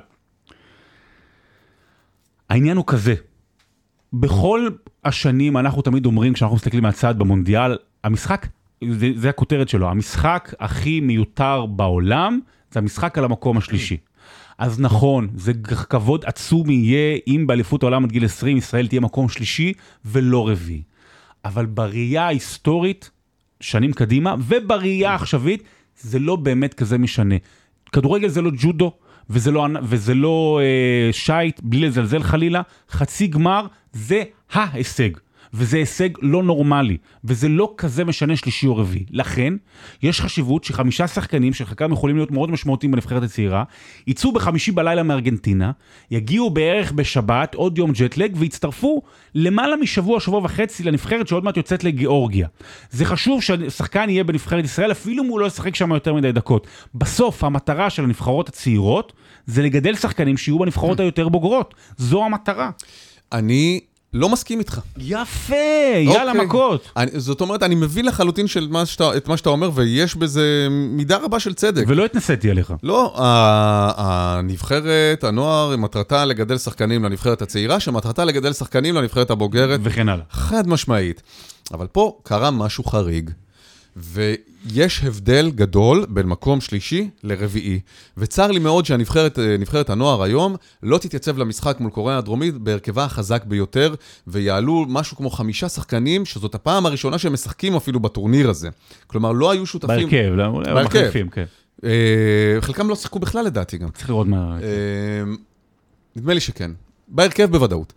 העניין הוא כזה, בכל השנים אנחנו תמיד אומרים, כשאנחנו מסתכלים מהצד במונדיאל, המשחק, זה הכותרת שלו, המשחק הכי מיותר בעולם, זה המשחק על המקום השלישי. אז נכון, זה כבוד עצום יהיה, אם באליפות העולם עד גיל 20, ישראל תהיה מקום שלישי ולא רביעי. אבל בראייה ההיסטורית, שנים קדימה, ובראייה העכשווית, זה לא באמת כזה משנה. כדורגל זה לא ג'ודו, וזה לא שייט, בלי לזלזל חלילה, חצי גמר זה ההישג. וזה הישג לא נורמלי, וזה לא כזה משנה שלישי או רביעי. לכן, יש חשיבות ש5 שחקנים, שחלקם יכולים להיות מאוד משמעותיים בנבחרת הצעירה, יצאו בחמישי בלילה מארגנטינה, יגיעו בערך בשבת, עוד יום ג'טלג, ויצטרפו למעלה משבוע, שבוע וחצי לנבחרת שעוד מעט יוצאת לגיאורגיה. זה חשוב שהשחקן יהיה בנבחרת ישראל, אפילו אם הוא לא ישחק שם יותר מדי דקות. בסוף, המטרה של הנבחרות הצעירות, זה לגדל שחקנים שיהיו בנבחרות היותר בוגרות. זו המטרה. אני לא מסכים איתך. יפה, יאללה מכות. זאת אומרת, אני מבין לחלוטין את מה שאתה אומר, ויש בזה מידה רבה של צדק. ולא התנסיתי עליך. לא, הנבחרת, הנוער, מטרתה לגדל שחקנים לנבחרת הצעירה, שמטרתה לגדל שחקנים לנבחרת הבוגרת. וכן הלאה. חד משמעית. אבל פה קרה משהו חריג, ויש הבדל גדול בין מקום שלישי לרביעי. וצר לי מאוד שנבחרת הנוער היום לא תתייצב למשחק מול קוריאה הדרומית בהרכבה החזק ביותר, ויעלו משהו כמו 5 שחקנים, שזאת הפעם הראשונה שהם משחקים אפילו בטורניר הזה. כלומר, לא היו שותפים... בהרכב, כן. חלקם לא שיחקו בכלל לדעתי גם. צריך לראות מה... נדמה לי שכן. בהרכב בוודאות.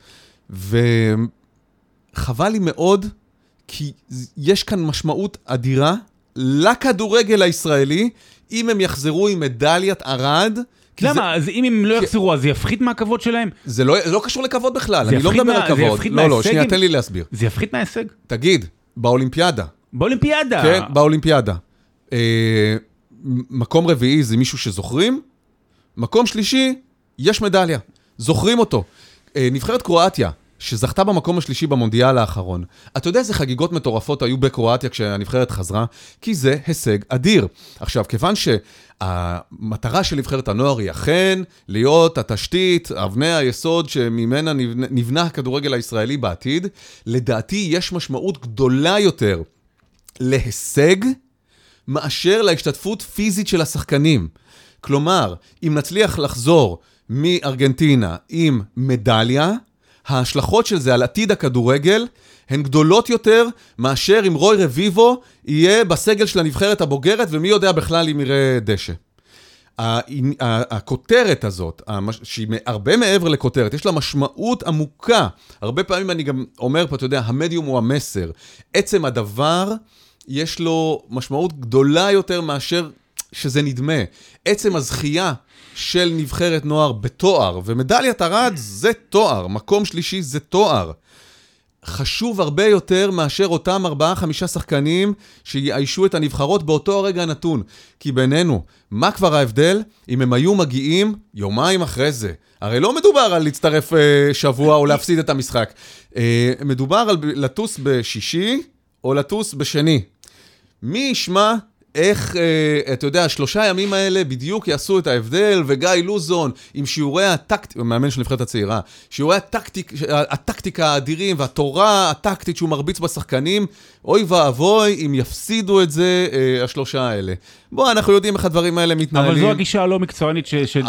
וחבל לי מאוד, כי יש כאן משמעות אדירה לכדורגל הישראלי, אם הם יחזרו עם מדליית ארד. למה? אז אם הם לא יחזרו, אז זה יפחית מהכבוד שלהם? זה לא קשור לכבוד בכלל, אני לא מדבר על כבוד. לא, שנייה, תן לי להסביר. זה יפחית מההישג? תגיד, באולימפיאדה. באולימפיאדה? כן, באולימפיאדה. מקום רביעי זה מישהו שזוכרים, מקום שלישי, יש מדליה. זוכרים אותו. נבחרת קרואטיה, שזכתה במקום השלישי במונדיאל האחרון. אתה יודע איזה חגיגות מטורפות היו בקרואטיה כשהנבחרת חזרה? כי זה הישג אדיר. עכשיו, כיוון שהמטרה של נבחרת הנוער היא אכן להיות התשתית, אבני היסוד שממנה נבנה הכדורגל הישראלי בעתיד, לדעתי יש משמעות גדולה יותר להישג מאשר להשתתפות פיזית של השחקנים. כלומר, אם נצליח לחזור מארגנטינה עם מדליה, ההשלכות של זה על עתיד הכדורגל הן גדולות יותר מאשר אם רוי רביבו יהיה בסגל של הנבחרת הבוגרת, ומי יודע בכלל אם יראה דשא. הכותרת הזאת, שהיא הרבה מעבר לכותרת, יש לה משמעות עמוקה. הרבה פעמים אני גם אומר פה, אתה יודע, המדיום הוא המסר. עצם הדבר, יש לו משמעות גדולה יותר מאשר שזה נדמה. עצם הזכייה של נבחרת נוער בתואר, ומדליית ארד זה תואר, מקום שלישי זה תואר. חשוב הרבה יותר מאשר אותם 4-5 שחקנים שיאיישו את הנבחרות באותו הרגע הנתון. כי בינינו, מה כבר ההבדל אם הם היו מגיעים יומיים אחרי זה? הרי לא מדובר על להצטרף שבוע או להפסיד את המשחק. מדובר על לטוס בשישי או לטוס בשני. מי ישמע איך, אתה יודע, 3 ימים האלה בדיוק יעשו את ההבדל, וגיא לוזון עם שיעורי הטקטיקה, מאמן של נבחרת הצעירה, שיעורי הטקטיקה האדירים והתורה הטקטית שהוא מרביץ בשחקנים, אוי ואבוי אם יפסידו את זה 3 האלה. בוא, אנחנו יודעים איך הדברים האלה מתנהלים. אבל זו הגישה הלא מקצוענית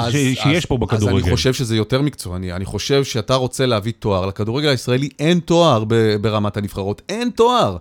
שיש פה בכדורגל. אז אני חושב שזה יותר מקצועני. אני חושב שאתה רוצה להביא תואר. לכדורגל הישראלי אין תואר ברמת הנבחרות. אין תואר.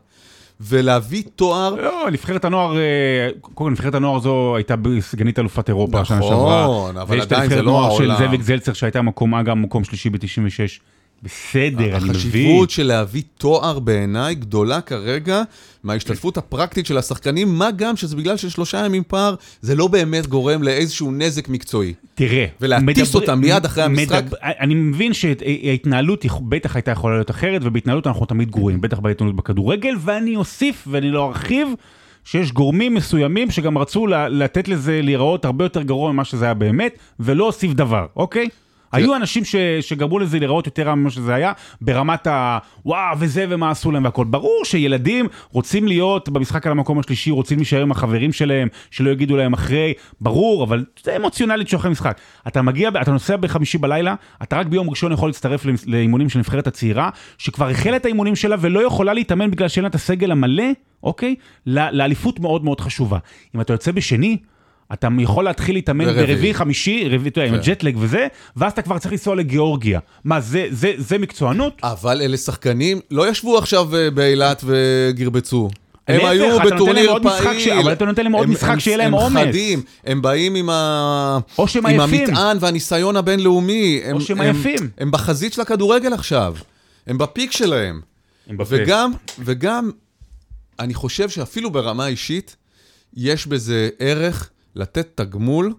ולהביא תואר... לא, נבחרת הנוער, קודם נבחרת הנוער זו הייתה סגנית אלופת אירופה השנה שעברה. נכון, אבל עדיין זה לא העולם. ויש את הנבחרת נוער של זאביק זלצר שהייתה מקום שלישי ב-96. בסדר, אני מבין. החשיבות של להביא תואר בעיניי גדולה כרגע מההשתתפות הפרקטית של השחקנים, מה גם שזה בגלל של 3 ימים פער, זה לא באמת גורם לאיזשהו נזק מקצועי. תראה. ולהטיס אותם מיד אחרי המשחק. אני מבין שההתנהלות בטח הייתה יכולה להיות אחרת, ובהתנהלות אנחנו תמיד גרועים, בטח בהתנהלות בכדורגל, ואני אוסיף ואני לא ארחיב, שיש גורמים מסוימים שגם רצו לתת לזה להיראות הרבה יותר גרוע ממה שזה היה באמת, ולא הוסיף דבר, אוקיי? היו אנשים שגרמו לזה לראות יותר ממה שזה היה, ברמת וואו וזה ומה עשו להם והכל. ברור שילדים רוצים להיות במשחק על המקום השלישי, רוצים להישאר עם החברים שלהם, שלא יגידו להם אחרי, ברור, אבל זה אמוציונלית שאחרי משחק. אתה נוסע בחמישי בלילה, אתה רק ביום ראשון יכול להצטרף לאימונים של נבחרת הצעירה, שכבר החלה את האימונים שלה ולא יכולה להתאמן בגלל שאין לה את הסגל המלא, אוקיי? לאליפות מאוד מאוד חשובה. אם אתה יוצא בשני, אתה יכול להתחיל להתאמן ברביעי, חמישי, עם הג'טלג וזה, ואז אתה כבר צריך לנסוע לגיאורגיה. מה, זה מקצוענות? אבל אלה שחקנים לא ישבו עכשיו באילת וגרבצו. הם היו בטורניר פעיל. אבל אתה נותן להם עוד משחק שיהיה להם אומץ. הם חדים, הם באים עם המטען והניסיון הבינלאומי. או שהם עייפים. הם בחזית של הכדורגל עכשיו. הם בפיק שלהם. וגם, אני חושב שאפילו ברמה אישית, יש בזה ערך לתת תגמול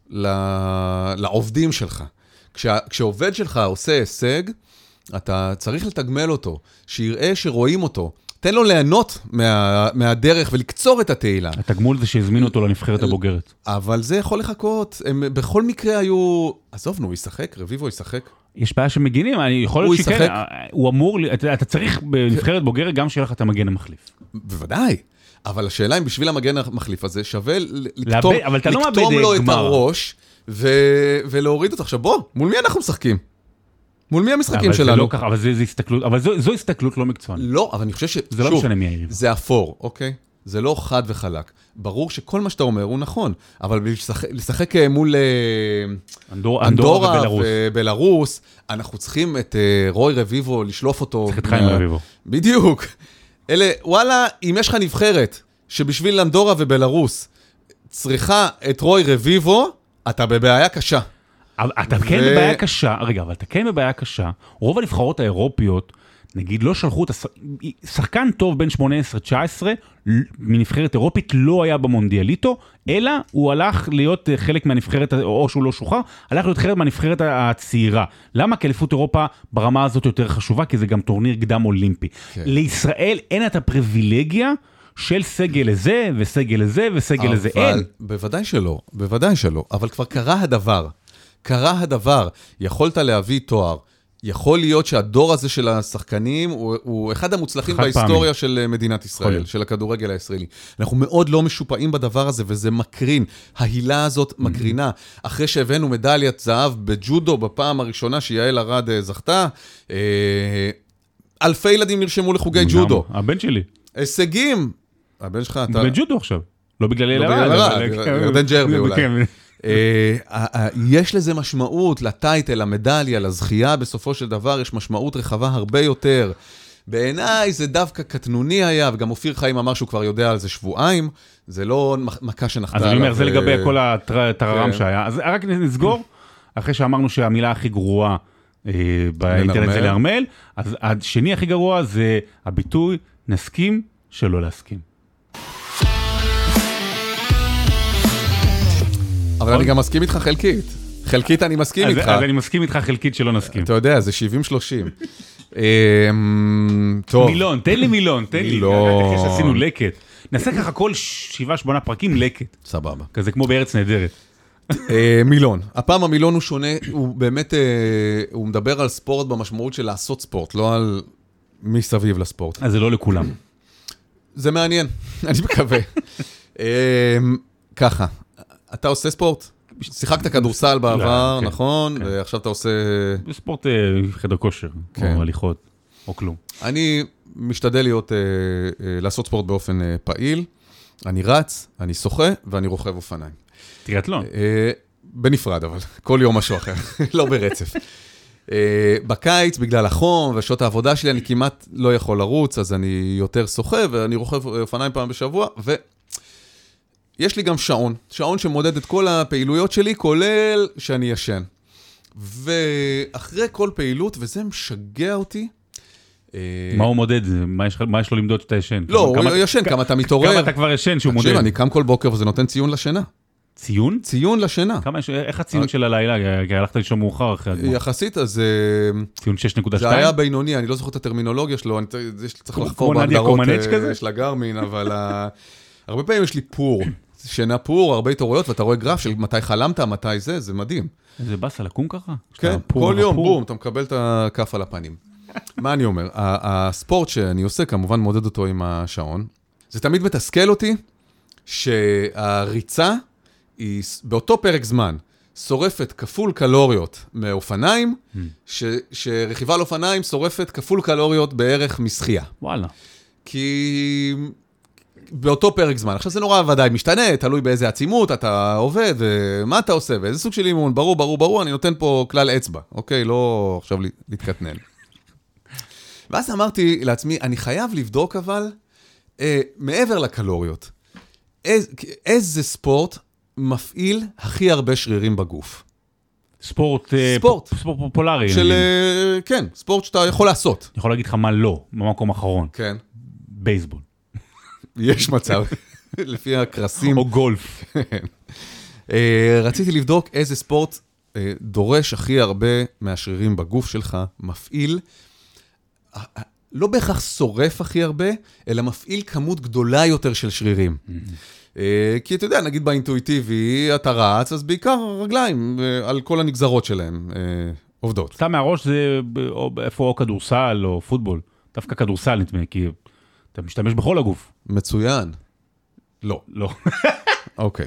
לעובדים שלך. כשעובד שלך עושה הישג, אתה צריך לתגמל אותו, שיראה שרואים אותו. תן לו ליהנות מהדרך ולקצור את התהילה. התגמול זה שהזמין אותו לנבחרת הבוגרת. אבל זה יכול לחכות. הם בכל מקרה היו... עזוב, נו, ישחק, רביבו ישחק. יש בעיה שמגינים, יכול להיות שכן, הוא אמור, אתה צריך בנבחרת בוגרת גם שיהיה לך את המגן המחליף. בוודאי, אבל השאלה אם בשביל המגן המחליף הזה שווה לקטום לו את הראש ולהוריד אותו. עכשיו בוא, מול מי אנחנו משחקים? מול מי המשחקים שלנו? אבל זו הסתכלות לא מקצוענית. לא, אבל אני חושב זה לא משנה מי היריב. זה אפור, אוקיי? זה לא חד וחלק. ברור שכל מה שאתה אומר הוא נכון, אבל לשחק מול אנדורה ובלרוס, אנחנו צריכים את רוי רביבו לשלוף אותו. צריך את חיים רביבו. בדיוק. וואלה, אם יש לך נבחרת שבשביל אנדורה ובלרוס צריכה את רוי רביבו, אתה בבעיה קשה. אתה כן בבעיה קשה, רגע, אבל אתה כן בבעיה קשה, רוב הנבחרות האירופיות, נגיד לא שלחו את שחקן טוב בין 18-19 מנבחרת אירופית לא היה במונדיאליטו, אלא הוא הלך להיות חלק מהנבחרת, או שהוא לא שוחרר, הלך להיות חלק מהנבחרת הצעירה. למה? כי אליפות אירופה ברמה הזאת יותר חשובה, כי זה גם טורניר קדם אולימפי. כן. לישראל אין את הפריבילגיה של סגל לזה, וסגל לזה, וסגל לזה. אין. בוודאי שלא, בוודאי שלא. אבל כבר קרה הדבר. יכולת להביא תואר. יכול להיות שהדור הזה של השחקנים הוא אחד המוצלחים בהיסטוריה של מדינת ישראל, של הכדורגל הישראלי. אנחנו מאוד לא משופעים בדבר הזה, וזה מקרין. ההילה הזאת מקרינה. אחרי שהבאנו מדליית זהב בג'ודו, בפעם הראשונה שיעל ארד זכתה, אלפי ילדים נרשמו לחוגי ג'ודו. הבן שלי. הישגים. הבן שלך, אתה... בג'ודו עכשיו. לא בגלל ירדן ג'רבי אולי. יש לזה משמעות, לטייטל, למדליה, לזכייה, בסופו של דבר יש משמעות רחבה הרבה יותר. בעיניי זה דווקא קטנוני היה, וגם אופיר חיים אמר שהוא כבר יודע על זה שבועיים, זה לא מכה שנחתה. אז אני אומר, זה לגבי כל הטררם שהיה. אז רק נסגור, אחרי שאמרנו שהמילה הכי גרועה באינטרנט זה להרמל, אז השני הכי גרוע זה הביטוי, נסכים שלא להסכים. אבל אני גם מסכים איתך חלקית. חלקית אני מסכים איתך. אז אני מסכים איתך חלקית שלא נסכים. אתה יודע, זה 70-30. טוב. מילון, תן לי מילון, תן לי. אחרי שעשינו לקט. נעשה ככה כל 7-8 פרקים לקט. סבבה. כזה כמו בארץ נהדרת. מילון. הפעם המילון הוא שונה, הוא באמת, הוא מדבר על ספורט במשמעות של לעשות ספורט, לא על מי סביב לספורט. אז זה לא לכולם. זה מעניין, אני מקווה. ככה. אתה עושה ספורט? שיחקת כדורסל בעבר, נכון? ועכשיו אתה עושה... ספורט חדר כושר, או הליכות, או כלום. אני משתדל לעשות ספורט באופן פעיל. אני רץ, אני שוחה, ואני רוכב אופניים. טריאטלון? בנפרד, אבל כל יום משהו אחר, לא ברצף. בקיץ, בגלל החום ושעות העבודה שלי, אני כמעט לא יכול לרוץ, אז אני יותר שוחה, ואני רוכב אופניים פעם בשבוע, יש לי גם שעון שמודד את כל הפעילויות שלי, כולל שאני ישן. ואחרי כל פעילות, וזה משגע אותי. מה הוא מודד? מה יש לו למדוד שאתה ישן? לא, הוא ישן, כמה אתה מתעורר. כמה אתה כבר ישן שהוא מודד? תקשיב, אני קם כל בוקר וזה נותן ציון לשינה. ציון? ציון לשינה. איך הציון של הלילה? כי הלכת לישון מאוחר אחרי הגמר. יחסית, אז... ציון 6.2? זה היה בינוני, אני לא זוכר את הטרמינולוגיה שלו, אני צריך לחפור בהגדרות של הגרמין, אבל הרבה פעמים יש לי פור. שינה פור, הרבה התעוררויות, ואתה רואה גרף של מתי חלמת, מתי זה מדהים. זה בסה לקום ככה? כן, כל יום, בום, אתה מקבל את הכף על הפנים. מה אני אומר? הספורט שאני עושה, כמובן מודד אותו עם השעון, זה תמיד מתסכל אותי, שהריצה היא באותו פרק זמן, שורפת כפול קלוריות מאופניים, שרכיבה על אופניים שורפת כפול קלוריות בערך משחייה. וואלה. כי... באותו פרק זמן. עכשיו זה נורא ודאי משתנה, תלוי באיזה עצימות אתה עובד, ומה אתה עושה, ואיזה סוג של אימון, ברור, אני נותן פה כלל אצבע, אוקיי? לא עכשיו להתקטנן. ואז אמרתי לעצמי, אני חייב לבדוק אבל, מעבר לקלוריות, איזה ספורט מפעיל הכי הרבה שרירים בגוף? ספורט פופולרי. כן, ספורט שאתה יכול לעשות. אני יכול להגיד לך מה לא, במקום אחרון. כן. בייסבול. יש מצב, לפי הקרסים. או גולף. רציתי לבדוק איזה ספורט דורש הכי הרבה מהשרירים בגוף שלך, מפעיל, לא בהכרח שורף הכי הרבה, אלא מפעיל כמות גדולה יותר של שרירים. כי אתה יודע, נגיד באינטואיטיבי, אתה רץ, אז בעיקר רגליים, על כל הנגזרות שלהם. עובדות. סתם מהראש זה איפה או כדורסל או פוטבול. דווקא כדורסל נתמא, כי אתה משתמש בכל הגוף. מצוין. לא. לא. אוקיי.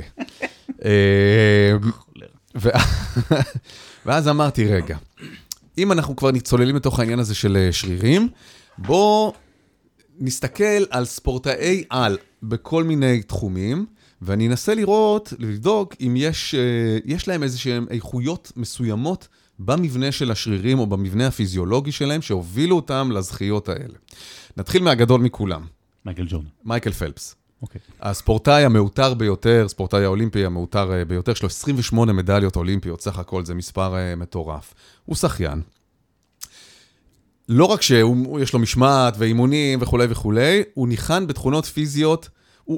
ואז אמרתי, רגע, אם אנחנו כבר צוללים לתוך העניין הזה של שרירים, בוא נסתכל על ספורטאי על בכל מיני תחומים, ואני אנסה לבדוק אם יש להם איזשהם איכויות מסוימות במבנה של השרירים או במבנה הפיזיולוגי שלהם, שהובילו אותם לזכיות האלה. נתחיל מהגדול מכולם. מייקל ג'ורדן. מייקל פלפס. אוקיי. הספורטאי המעוטר ביותר, ספורטאי האולימפי המעוטר ביותר, יש לו 28 מדליות אולימפיות, סך הכל זה מספר מטורף. הוא שחיין. לא רק שיש לו משמעת ואימונים וכו' וכו', הוא ניחן בתכונות פיזיות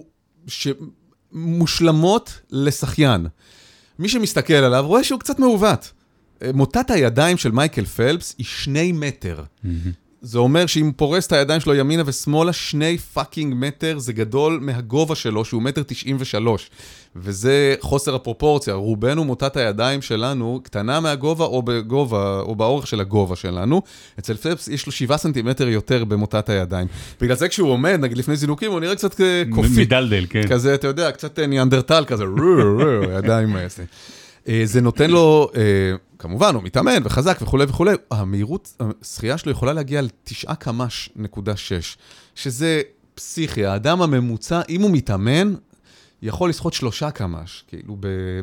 שמושלמות לשחיין. מי שמסתכל עליו רואה שהוא קצת מעוות. מוטת הידיים של מייקל פלפס היא 2 מטר. זה אומר שאם פורס את הידיים שלו ימינה ושמאלה, 2 פאקינג מטר, זה גדול מהגובה שלו, שהוא 1.93 מטר. וזה חוסר הפרופורציה. רובנו מוטת הידיים שלנו, קטנה מהגובה או בגובה, או באורך של הגובה שלנו. אצל פלפס יש לו 7 סנטימטר יותר במוטת הידיים. בגלל זה כשהוא עומד, נגיד לפני זינוקים, הוא נראה קצת קופי. מדלדל, כן. כזה, אתה יודע, קצת ניאנדרטל כזה, ידיים מעשה. זה נותן לו, כמובן, הוא מתאמן וחזק וכו' וכו'. המהירות, השחייה שלו יכולה להגיע ל9 קמ"ש.6, שזה פסיכי. האדם הממוצע, אם הוא מתאמן, יכול לשחות 3 קמ"ש. כאילו,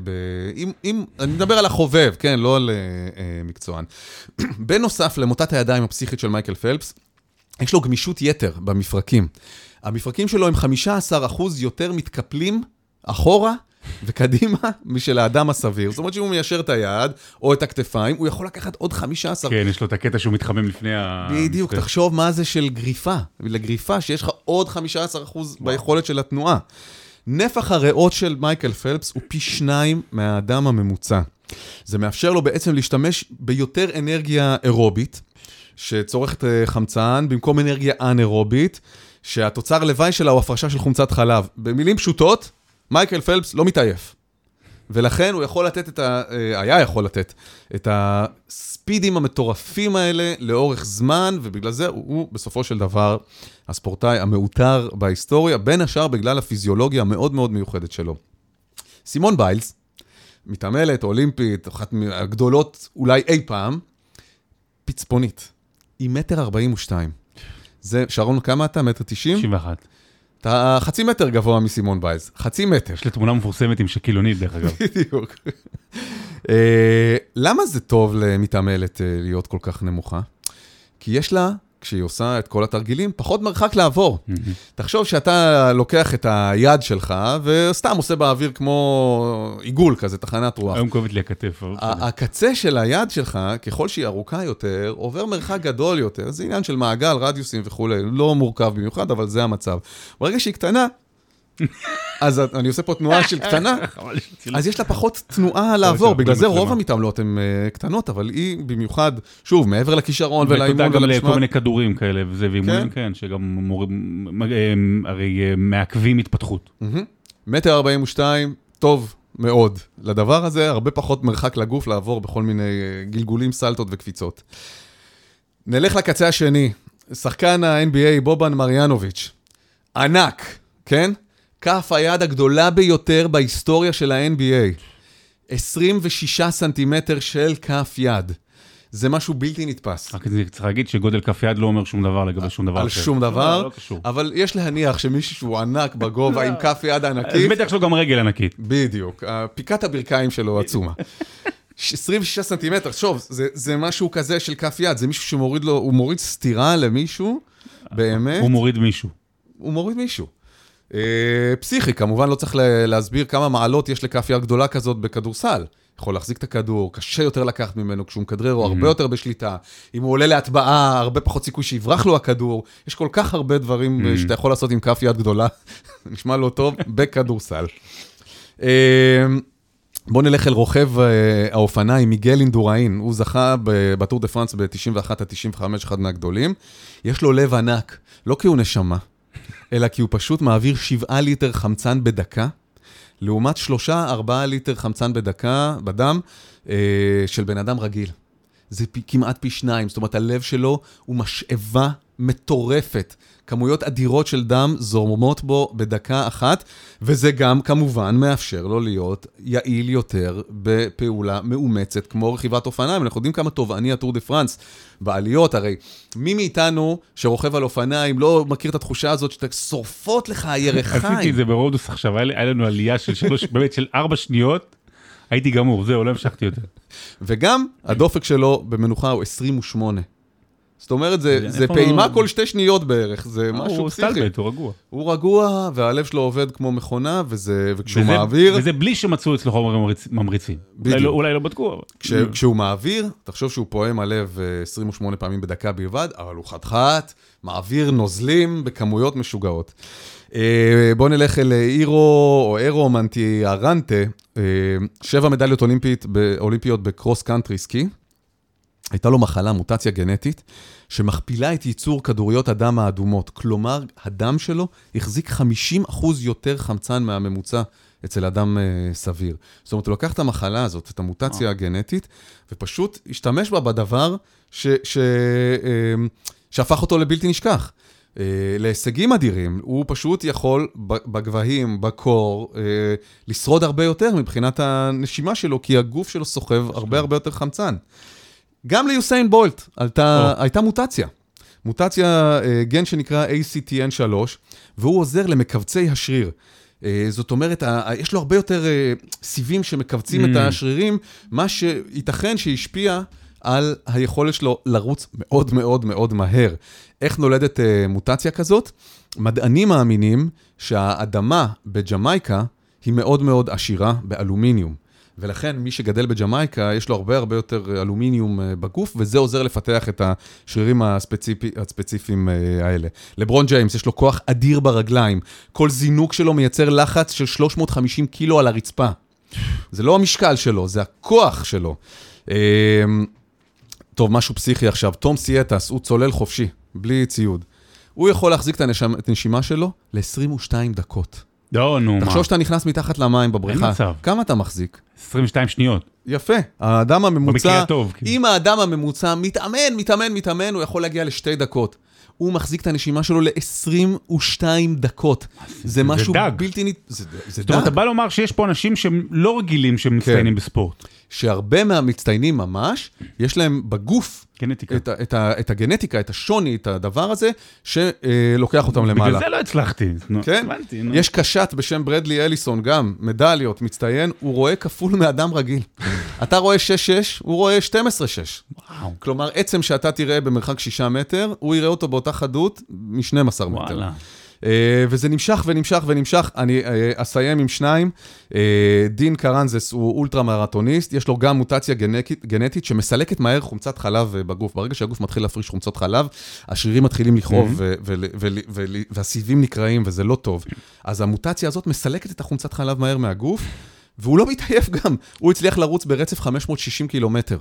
אני מדבר על החובב, כן, לא על מקצוען. בנוסף למוטת הידיים הפסיכית של מייקל פלפס, יש לו גמישות יתר במפרקים. המפרקים שלו הם 15% יותר מתקפלים אחורה, וקדימה משל האדם הסביר. זאת אומרת שאם הוא מיישר את היד או את הכתפיים, הוא יכול לקחת עוד 15. כן, יש לו את הקטע שהוא מתחמם לפני ה... בדיוק, תחשוב מה זה של גריפה. לגריפה שיש לך עוד 15% ביכולת של התנועה. נפח הריאות של מייקל פלפס הוא פי 2 מהאדם הממוצע. זה מאפשר לו בעצם להשתמש ביותר אנרגיה אירובית, שצורכת חמצן, במקום אנרגיה אנאירובית, שהתוצר לוואי שלה הוא הפרשה של חומצת חלב. במילים פשוטות, מייקל פלפס לא מתעייף. ולכן הוא יכול לתת היה יכול לתת את הספידים המטורפים האלה לאורך זמן, ובגלל זה הוא בסופו של דבר הספורטאי המעוטר בהיסטוריה, בין השאר בגלל הפיזיולוגיה המאוד מאוד מיוחדת שלו. סימון ביילס, מתעמלת, אולימפית, אחת מהגדולות אולי אי פעם, פצפונית. היא 1.42 מטר. זה, שרון, כמה אתה? 1.90 מטר? 91. אתה 0.5 מטר גבוה מסימון ביילס. 0.5 מטר. יש לי תמונה מפורסמת עם שקילונית, דרך אגב. בדיוק. למה זה טוב למתעמלת להיות כל כך נמוכה? כי יש לה, כשהיא עושה את כל התרגילים, פחות מרחק לעבור. תחשוב שאתה לוקח את היד שלך, וסתם עושה באוויר כמו עיגול כזה, תחנת רוח. היום כואבת לי הכתף. הקצה של היד שלך, ככל שהיא ארוכה יותר, עובר מרחק גדול יותר. זה עניין של מעגל, רדיוסים וכו'. לא מורכב במיוחד, אבל זה המצב. ברגע שהיא קטנה, אז אני עושה פה תנועה של קטנה, אז יש לה פחות תנועה לעבור, בגלל זה רוב המתעמלות הן קטנות, אבל היא במיוחד, שוב, מעבר לכישרון ולאימון ותודה גם לכל מיני כדורים כאלה, וזה ואימונים, כן, שגם הרי מעכבים התפתחות. 1.42 מטר, טוב מאוד. לדבר הזה, הרבה פחות מרחק לגוף לעבור בכל מיני גלגולים, סלטות וקפיצות. נלך לקצה השני, שחקן ה-NBA בובן מריאנוביץ', ענק, כן? כף היד הגדולה ביותר בהיסטוריה של ה-NBA. 26 סנטימטר של כף יד. זה משהו בלתי נתפס. רק צריך להגיד שגודל כף יד לא אומר שום דבר לגבי שום דבר. על שום דבר, אבל יש להניח שמישהו שהוא ענק בגובה עם כף יד ענקית. בטח שלו גם רגל ענקית. בדיוק, פיקת הברכיים שלו עצומה. 26 סנטימטר, שוב, זה משהו כזה של כף יד, זה מישהו שמוריד לו, הוא מוריד סתירה למישהו, באמת. הוא מוריד מישהו. הוא מוריד מישהו. פסיכי, כמובן לא צריך להסביר כמה מעלות יש לכף יד גדולה כזאת בכדורסל. יכול להחזיק את הכדור, קשה יותר לקחת ממנו, כשהוא מכדרר הוא הרבה יותר בשליטה. אם הוא עולה להטבעה, הרבה פחות סיכוי שיברח לו הכדור. יש כל כך הרבה דברים שאתה יכול לעשות עם כף יד גדולה. נשמע לא טוב, בכדורסל. בואו נלך אל רוכב האופניים, מיגל אינדוראין. הוא זכה בטור דה פרנס ב-91-95, אחד מהגדולים. יש לו לב ענק, לא כי הוא נשמה. אלא כי הוא פשוט מעביר 7 ליטר חמצן בדקה, לעומת 3-4 ליטר חמצן בדקה בדם של בן אדם רגיל. זה כמעט פי 2, זאת אומרת, הלב שלו הוא משאבה מטורפת. כמויות אדירות של דם זורמות בו בדקה אחת, וזה גם כמובן מאפשר לו להיות יעיל יותר בפעולה מאומצת, כמו רכיבת אופניים. אנחנו יודעים כמה תובעני הטור דה פרנס בעליות, הרי מי מאיתנו שרוכב על אופניים לא מכיר את התחושה הזאת שאתה שורפות לך הירכיים. עשיתי את זה ברודוס עכשיו, היה לנו עלייה של באמת של 4 שניות, הייתי גמור, זהו, לא המשכתי יותר. וגם הדופק שלו במנוחה הוא 28. זאת אומרת, זה פעימה כל 2 שניות בערך, זה משהו פסיכי. הוא סטלבט, הוא רגוע. הוא רגוע, והלב שלו עובד כמו מכונה, וכשהוא מעביר... וזה בלי שמצאו אצלו חומרים ממריצים. אולי לא בדקו. כשהוא מעביר, תחשוב שהוא פועם הלב 28 פעמים בדקה בלבד, אבל הוא חתיכת, מעביר נוזלים בכמויות משוגעות. בואו נלך אל אירו מנטי ארנטה, 7 מדליות אולימפיות בקרוס קאנטרי סקי. הייתה לו מחלה, מוטציה גנטית, שמכפילה את ייצור כדוריות הדם האדומות. כלומר, הדם שלו החזיק 50% יותר חמצן מהממוצע אצל אדם סביר. זאת אומרת, הוא לקח את המחלה הזאת, את המוטציה הגנטית, ופשוט השתמש בה בדבר שהפך אותו לבלתי נשכח. להישגים אדירים, הוא פשוט יכול בגבהים, בקור, לשרוד הרבה יותר מבחינת הנשימה שלו, כי הגוף שלו סוחב הרבה יותר חמצן. גם ליוסיין בולט הייתה מוטציה, גן שנקרא ACTN3, והוא עוזר למקבצי השריר. זאת אומרת, יש לו הרבה יותר סיבים שמקבצים את השרירים, מה שייתכן שהשפיע על היכולת שלו לרוץ מאוד מאוד מאוד מהר. איך נולדת מוטציה כזאת? מדענים מאמינים שהאדמה בג'מייקה היא מאוד מאוד עשירה באלומיניום. ולכן מי שגדל בג'מייקה, יש לו הרבה יותר אלומיניום בגוף, וזה עוזר לפתח את השרירים הספציפיים האלה. לברון ג'יימס, יש לו כוח אדיר ברגליים. כל זינוק שלו מייצר לחץ של 350 קילו על הרצפה. זה לא המשקל שלו, זה הכוח שלו. טוב, משהו פסיכי עכשיו. תום סייטס, הוא צולל חופשי, בלי ציוד. הוא יכול להחזיק את הנשימה שלו ל-22 דקות. לא, נו, מה? תחשוב שאתה נכנס מתחת למים בבריכה. אין מצב. כמה אתה מחזיק? 22 שניות. יפה. האדם הממוצע, במקרה הטוב. אם האדם הממוצע מתאמן, הוא יכול להגיע ל2 דקות. הוא מחזיק את הנשימה שלו ל-22 דקות. זה משהו בלתי... זה דג. זאת אומרת, אתה בא לומר שיש פה אנשים שהם לא רגילים שהם מצטיינים בספורט. שהרבה מהמצטיינים ממש, יש להם בגוף גנטיקה. את הגנטיקה, את השוני, את הדבר הזה, שלוקח אותם למעלה. בגלל זה לא הצלחתי. כן? יש קשת בשם ברדלי אליסון, גם מדליות, מצטיין, הוא רואה כפול מאדם רגיל. אתה רואה 6-6, הוא רואה 12-6. וואו. כלומר, עצם שאתה תראה במרחק 6 מטר, הוא יראה אותו באותה חדות מ-12 מטר. וואלה. וזה נמשך, אני אסיים עם 2. דין קרנזס הוא אולטרה מרתוניסט, יש לו גם מוטציה גנטית שמסלקת מהר חומצת חלב בגוף. ברגע שהגוף מתחיל להפריש חומצות חלב, השרירים מתחילים לכאוב והסיבים נקראים וזה לא טוב. אז המוטציה הזאת מסלקת את החומצת חלב מהר מהגוף, והוא לא מתעייף גם. הוא הצליח לרוץ ברצף 560 קילומטר.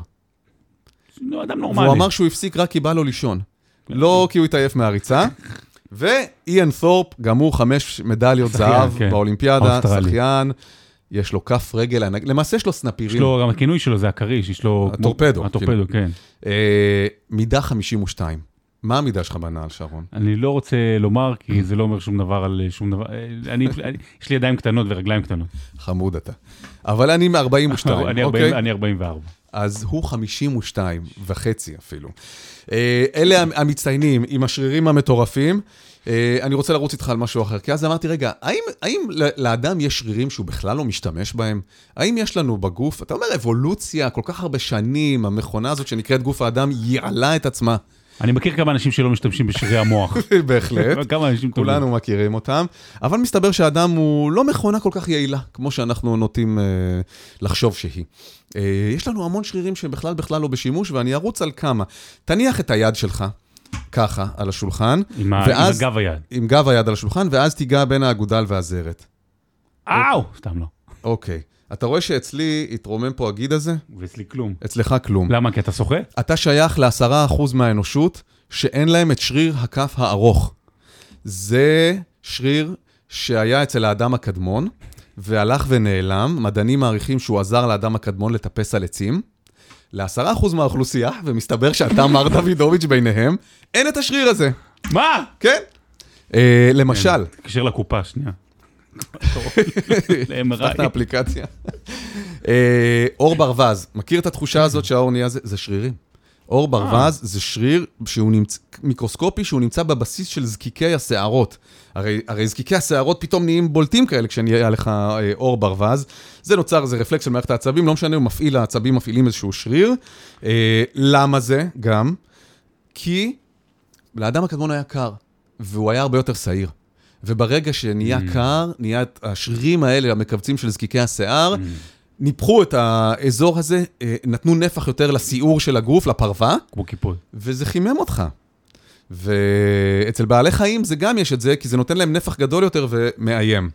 לא אדם נורמלי. והוא אמר שהוא הפסיק רק כי בא לו לישון. לא כי הוא התעייף מהריצה. ואיאן תורפ, גם הוא 5 מדליות זהב באולימפיאדה, שחיין, יש לו כף רגל, למעשה יש לו סנפירים. יש לו, גם הכינוי שלו זה הקריש, יש לו... הטורפדו. הטורפדו, כן. מידה 52. מה המידה שלך בנעל, שרון? אני לא רוצה לומר, כי זה לא אומר שום דבר על שום דבר. יש לי ידיים קטנות ורגליים קטנות. חמוד אתה. אבל אני מ-42, אוקיי? אני 44. אז הוא 52 וחצי אפילו. אלה המצטיינים עם השרירים המטורפים. אני רוצה לרוץ איתך על משהו אחר, כי אז אמרתי, רגע, האם לאדם יש שרירים שהוא בכלל לא משתמש בהם? האם יש לנו בגוף, אתה אומר אבולוציה, כל כך הרבה שנים, המכונה הזאת שנקראת גוף האדם יעלה את עצמה. אני מכיר כמה אנשים שלא משתמשים בשרירי המוח. בהחלט, כולנו מכירים אותם, אבל מסתבר שהאדם הוא לא מכונה כל כך יעילה, כמו שאנחנו נוטים לחשוב שהיא. יש לנו המון שרירים שבכלל לא בשימוש, ואני ארוץ על כמה. תניח את היד שלך, ככה, על השולחן. עם גב היד. עם גב היד על השולחן, ואז תיגע בין האגודל והזרת. אאו! סתם לא. אוקיי. אתה רואה שאצלי התרומם פה הגיד הזה? ואצלי כלום. אצלך כלום. למה? כי אתה שוחה? אתה שייך ל10% מהאנושות שאין להם את שריר הכף הארוך. זה שריר שהיה אצל האדם הקדמון, והלך ונעלם. מדענים מעריכים שהוא עזר לאדם הקדמון לטפס על עצים. ל10% מהאוכלוסייה, ומסתבר שאתה מר דוידוביץ' ביניהם, אין את השריר הזה. מה? כן. למשל. תקשר לקופה, שנייה. פתח את האפליקציה. אור ברווז, מכיר את התחושה הזאת שהאור נהיה זה? זה שרירים. אור ברווז זה שריר מיקרוסקופי שהוא נמצא בבסיס של זקיקי השערות. הרי זקיקי השערות פתאום נהיים בולטים כאלה כשנהיה לך אור ברווז. זה נוצר, זה רפלקס של מערכת העצבים, לא משנה, העצבים מפעילים איזשהו שריר. למה זה? גם כי לאדם הקדמון היה קר, והוא היה הרבה יותר שעיר. וברגע שנהיה קר, נהיה את השרירים האלה, המקבצים של זקיקי השיער, ניפחו את האזור הזה, נתנו נפח יותר לסיעור של הגוף, לפרווה. כמו קיפול. וזה חימם אותך. ואצל בעלי חיים זה גם יש את זה, כי זה נותן להם נפח גדול יותר ומאיים.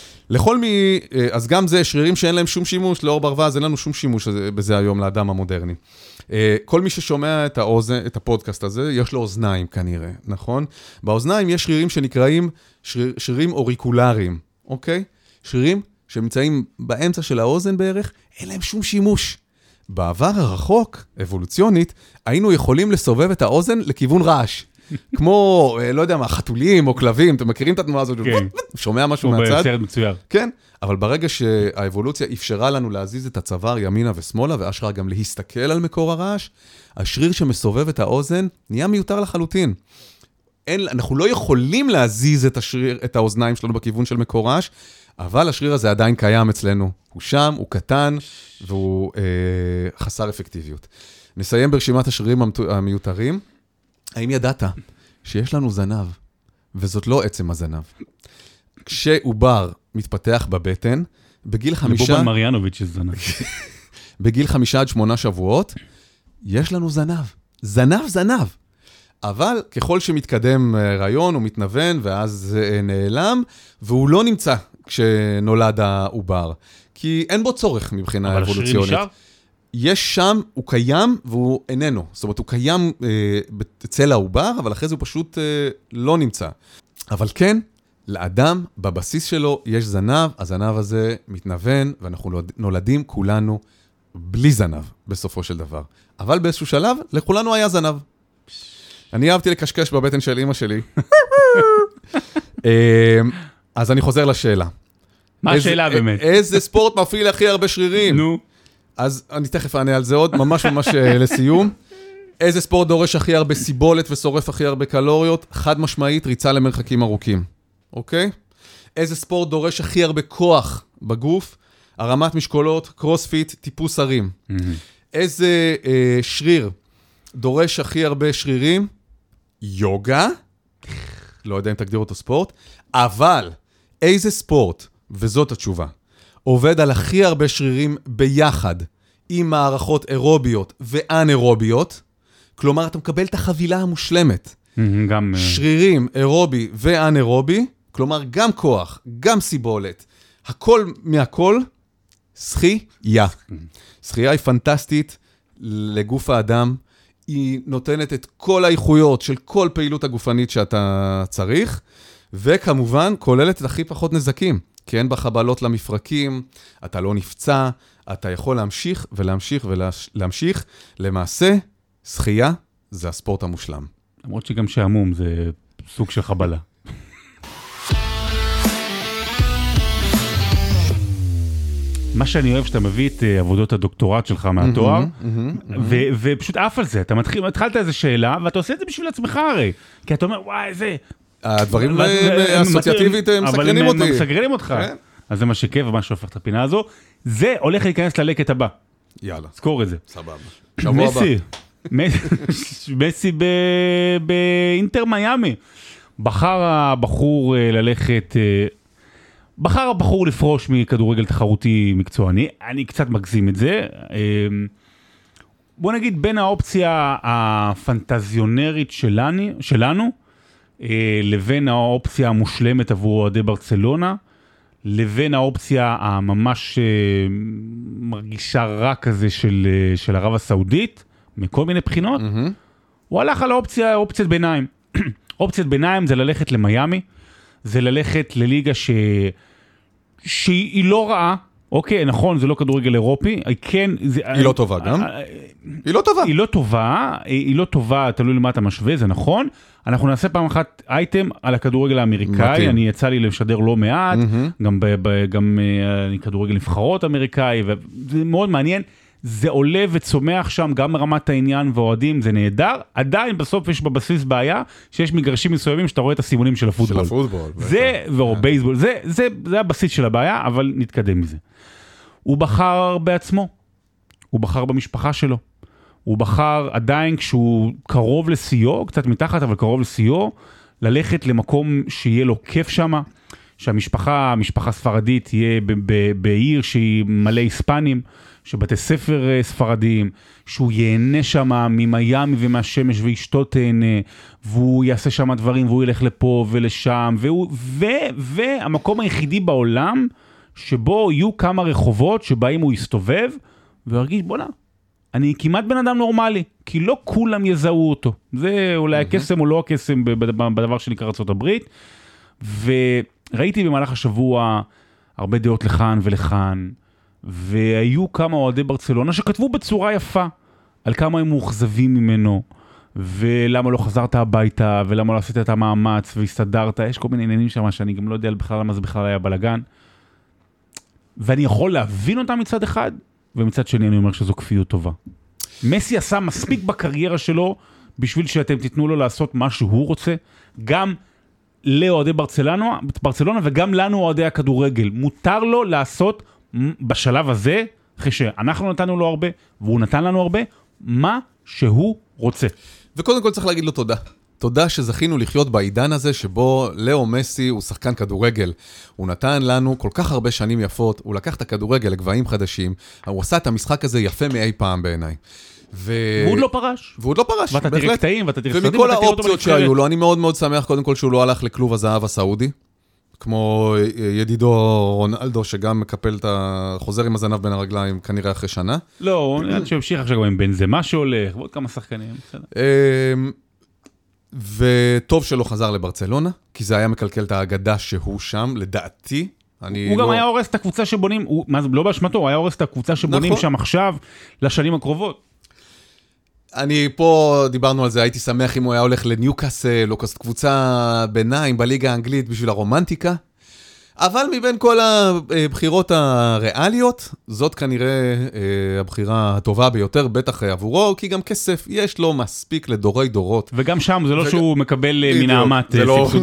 אז גם זה, שרירים שאין להם שום שימוש, לאור ברווז, אין לנו שום שימוש בזה היום לאדם המודרני. כל מי ששומע את הפודקאסט הזה, יש לו אוזניים כנראה, נכון? באוזניים יש שרירים שנקראים שרירים אוריקולריים, אוקיי? שרירים שנמצאים באמצע של האוזן בערך, אין להם שום שימוש. בעבר הרחוק, אבולוציונית, היינו יכולים לסובב את האוזן לכיוון רעש. כמו, לא יודע מה, חתולים או כלבים, אתם מכירים את התנועה הזאת? כן. שומע משהו מהצד? הוא בסרט מצויר. כן, אבל ברגע שהאבולוציה אפשרה לנו להזיז את הצוואר ימינה ושמאלה, ואשכרה גם להסתכל על מקור הרעש, השריר שמסובב את האוזן נהיה מיותר לחלוטין. אנחנו לא יכולים להזיז את האוזניים שלנו בכיוון של מקור רעש, אבל השריר הזה עדיין קיים אצלנו. הוא שם, הוא קטן, והוא חסר אפקטיביות. נסיים ברשימת השרירים המיותרים. האם ידעת שיש לנו זנב, וזאת לא עצם הזנב? כשעובר מתפתח בבטן, בגיל 5... לבובן מריאנוביץ' יש זנב. בגיל 5 עד 8 שבועות, יש לנו זנב. זנב. אבל ככל שמתקדם רעיון, הוא מתנוון, ואז זה נעלם, והוא לא נמצא כשנולד העובר. כי אין בו צורך מבחינה אבולוציונית. אבל השריר נשאר? יש שם, הוא קיים והוא איננו. זאת אומרת, הוא קיים אצל העובר, אבל אחרי זה הוא פשוט לא נמצא. אבל כן, לאדם, בבסיס שלו, יש זנב, הזנב הזה מתנוון, ואנחנו נולדים כולנו בלי זנב, בסופו של דבר. אבל באיזשהו שלב, לכולנו היה זנב. אני אהבתי לקשקש בבטן של אמא שלי. אז אני חוזר לשאלה. מה השאלה באמת? איזה ספורט מפעיל הכי הרבה שרירים? נו. אז אני תכף אענה על זה עוד, ממש לסיום. איזה ספורט דורש הכי הרבה סיבולת ושורף הכי הרבה קלוריות? חד משמעית, ריצה למרחקים ארוכים. אוקיי? איזה ספורט דורש הכי הרבה כוח בגוף? הרמת משקולות, קרוספיט, טיפוס הרים. איזה שריר דורש הכי הרבה שרירים? יוגה? לא יודע אם תגדיר אותו ספורט. אבל איזה ספורט, וזאת התשובה, עובד על הכי הרבה שרירים ביחד, עם מערכות אירוביות ואנאירוביות, כלומר, אתה מקבל את החבילה המושלמת. גם... שרירים, אירובי ואנאירובי, כלומר, גם כוח, גם סיבולת, הכל מהכל, שחייה. שחייה היא פנטסטית לגוף האדם, היא נותנת את כל האיכויות של כל פעילות הגופנית שאתה צריך, וכמובן, כוללת את הכי פחות נזקים. כי אין בה חבלות למפרקים, אתה לא נפצע, אתה יכול להמשיך ולהמשיך ולהמשיך. למעשה, שחייה זה הספורט המושלם. למרות שגם שעמום זה סוג של חבלה. מה שאני אוהב שאתה מביא את עבודות הדוקטורט שלך מהתואר, ופשוט אף על זה, אתה התחלת איזו שאלה, ואתה עושה את זה בשביל עצמך הרי, כי אתה אומר, וואי, זה... הדברים האסוציאטיבית מסקרנים אותי. אבל הם מסקרנים אותך. אז זה מה שכיף ומה שהופך את הפינה הזו. זה הולך להיכנס ללקט הבא. יאללה. זכור את זה. סבבה. שבוע הבא. מסי באינטר מיאמי. בחר הבחור ללכת... בחר הבחור לפרוש מכדורגל תחרותי מקצועני. אני קצת מגזים את זה. בוא נגיד בין האופציה הפנטזיונרית שלנו, לבין האופציה המושלמת עבור אוהדי ברצלונה, לבין האופציה הממש מרגישה רע כזה של ערב הסעודית, מכל מיני בחינות, הוא הלך על אופציית ביניים. אופציית ביניים זה ללכת למיאמי, זה ללכת לליגה שהיא לא רעה, אוקיי, נכון, זה לא כדורגל אירופי, כן... היא לא טובה גם. היא לא טובה. היא לא טובה, תלוי למה אתה משווה, זה נכון. אנחנו נעשה פעם אחת אייטם על הכדורגל האמריקאי, אני יצא לי לשדר לא מעט, גם כדורגל נבחרות אמריקאי, וזה מאוד מעניין. זה עולה וצומח שם, גם רמת העניין ואוהדים, זה נהדר. עדיין בסוף יש בבסיס בעיה, שיש מגרשים מסוימים שאתה רואה את הסימונים של הפוטבול. של הפוטבול. זה, או בייסבול, זה הבסיס של הבעיה, אבל נתקדם מזה. הוא בחר בעצמו, הוא בחר במשפחה שלו, הוא בחר עדיין כשהוא קרוב לסיוע, קצת מתחת, אבל קרוב לסיוע, ללכת למקום שיהיה לו כיף שם, שהמשפחה ספרדית תהיה בעיר שהיא מלא היספנים, שבתי ספר ספרדיים, שהוא ייהנה שם ממיימי ומהשמש ואשתו תהנה, והוא יעשה שם דברים, והוא ילך לפה ולשם, והמקום היחידי בעולם, שבו יהיו כמה רחובות שבהם הוא יסתובב, וירגיש, בונה, אני כמעט בן אדם נורמלי, כי לא כולם יזהו אותו. זה אולי הקסם או לא הקסם בדבר שנקרא ארצות הברית, וראיתי במהלך השבוע הרבה דעות לכאן ולכאן, והיו כמה אוהדי ברצלונה שכתבו בצורה יפה על כמה הם מוחזבים ממנו, ולמה לא חזרת הביתה, ולמה לא עשית את המאמץ, והסתדרת, יש כל מיני עניינים שם שאני גם לא יודע בכלל למה זה בכלל היה בלגן, ואני יכול להבין אותם מצד אחד, ומצד שני אני אומר שזו כפיות טובה. מסי עשה מספיק בקריירה שלו, בשביל שאתם תיתנו לו לעשות מה שהוא רוצה, גם לאוהדי ברצלונה, וגם לנו אוהדי הכדורגל. מותר לו לעשות בשלב הזה, אחרי שאנחנו נתנו לו הרבה, והוא נתן לנו הרבה, מה שהוא רוצה. וקודם כל צריך להגיד לו תודה. תודה שזכינו לחיות בעידן הזה, שבו לאו מסי הוא שחקן כדורגל. הוא נתן לנו כל כך הרבה שנים יפות, הוא לקח את הכדורגל לגבהים חדשים, הוא עשה את המשחק הזה יפה מאי פעם בעיניי. והוא עוד לא פרש. והוא עוד לא פרש, ואתה תראה קטעים, ואתה תראה סרטים, ומכל האופציות שהיו לו, אני מאוד מאוד שמח קודם כל שהוא לא הלך לכלוב הזהב הסעודי, כמו ידידו רונלדו, שגם מקפל את החוזר עם הזנב בין הרגליים, כנראה אחרי שנה. לא, אני שהמשיך עכשיו גם עם בנזמה שהולך, ועוד כמה שחקנים, בסדר. וטוב שלא חזר לברצלונה, כי זה היה מקלקל את האגדה שהוא שם, לדעתי. הוא גם היה הורס את הקבוצה שבונים, לא באשמתו, הוא היה הורס את הקבוצה שבונים שם עכשיו, לשנים הקרובות. אני פה, דיברנו על זה, הייתי שמח אם הוא היה הולך לניוקאסל, או כזאת קבוצה ביניים בליגה האנגלית בשביל הרומנטיקה, אבל מבין כל הבחירות הריאליות, זאת כנראה הבחירה הטובה ביותר, בטח עבורו, כי גם כסף יש לו מספיק לדורי דורות. וגם שם זה לא שהוא מקבל מנעמת סבסוד.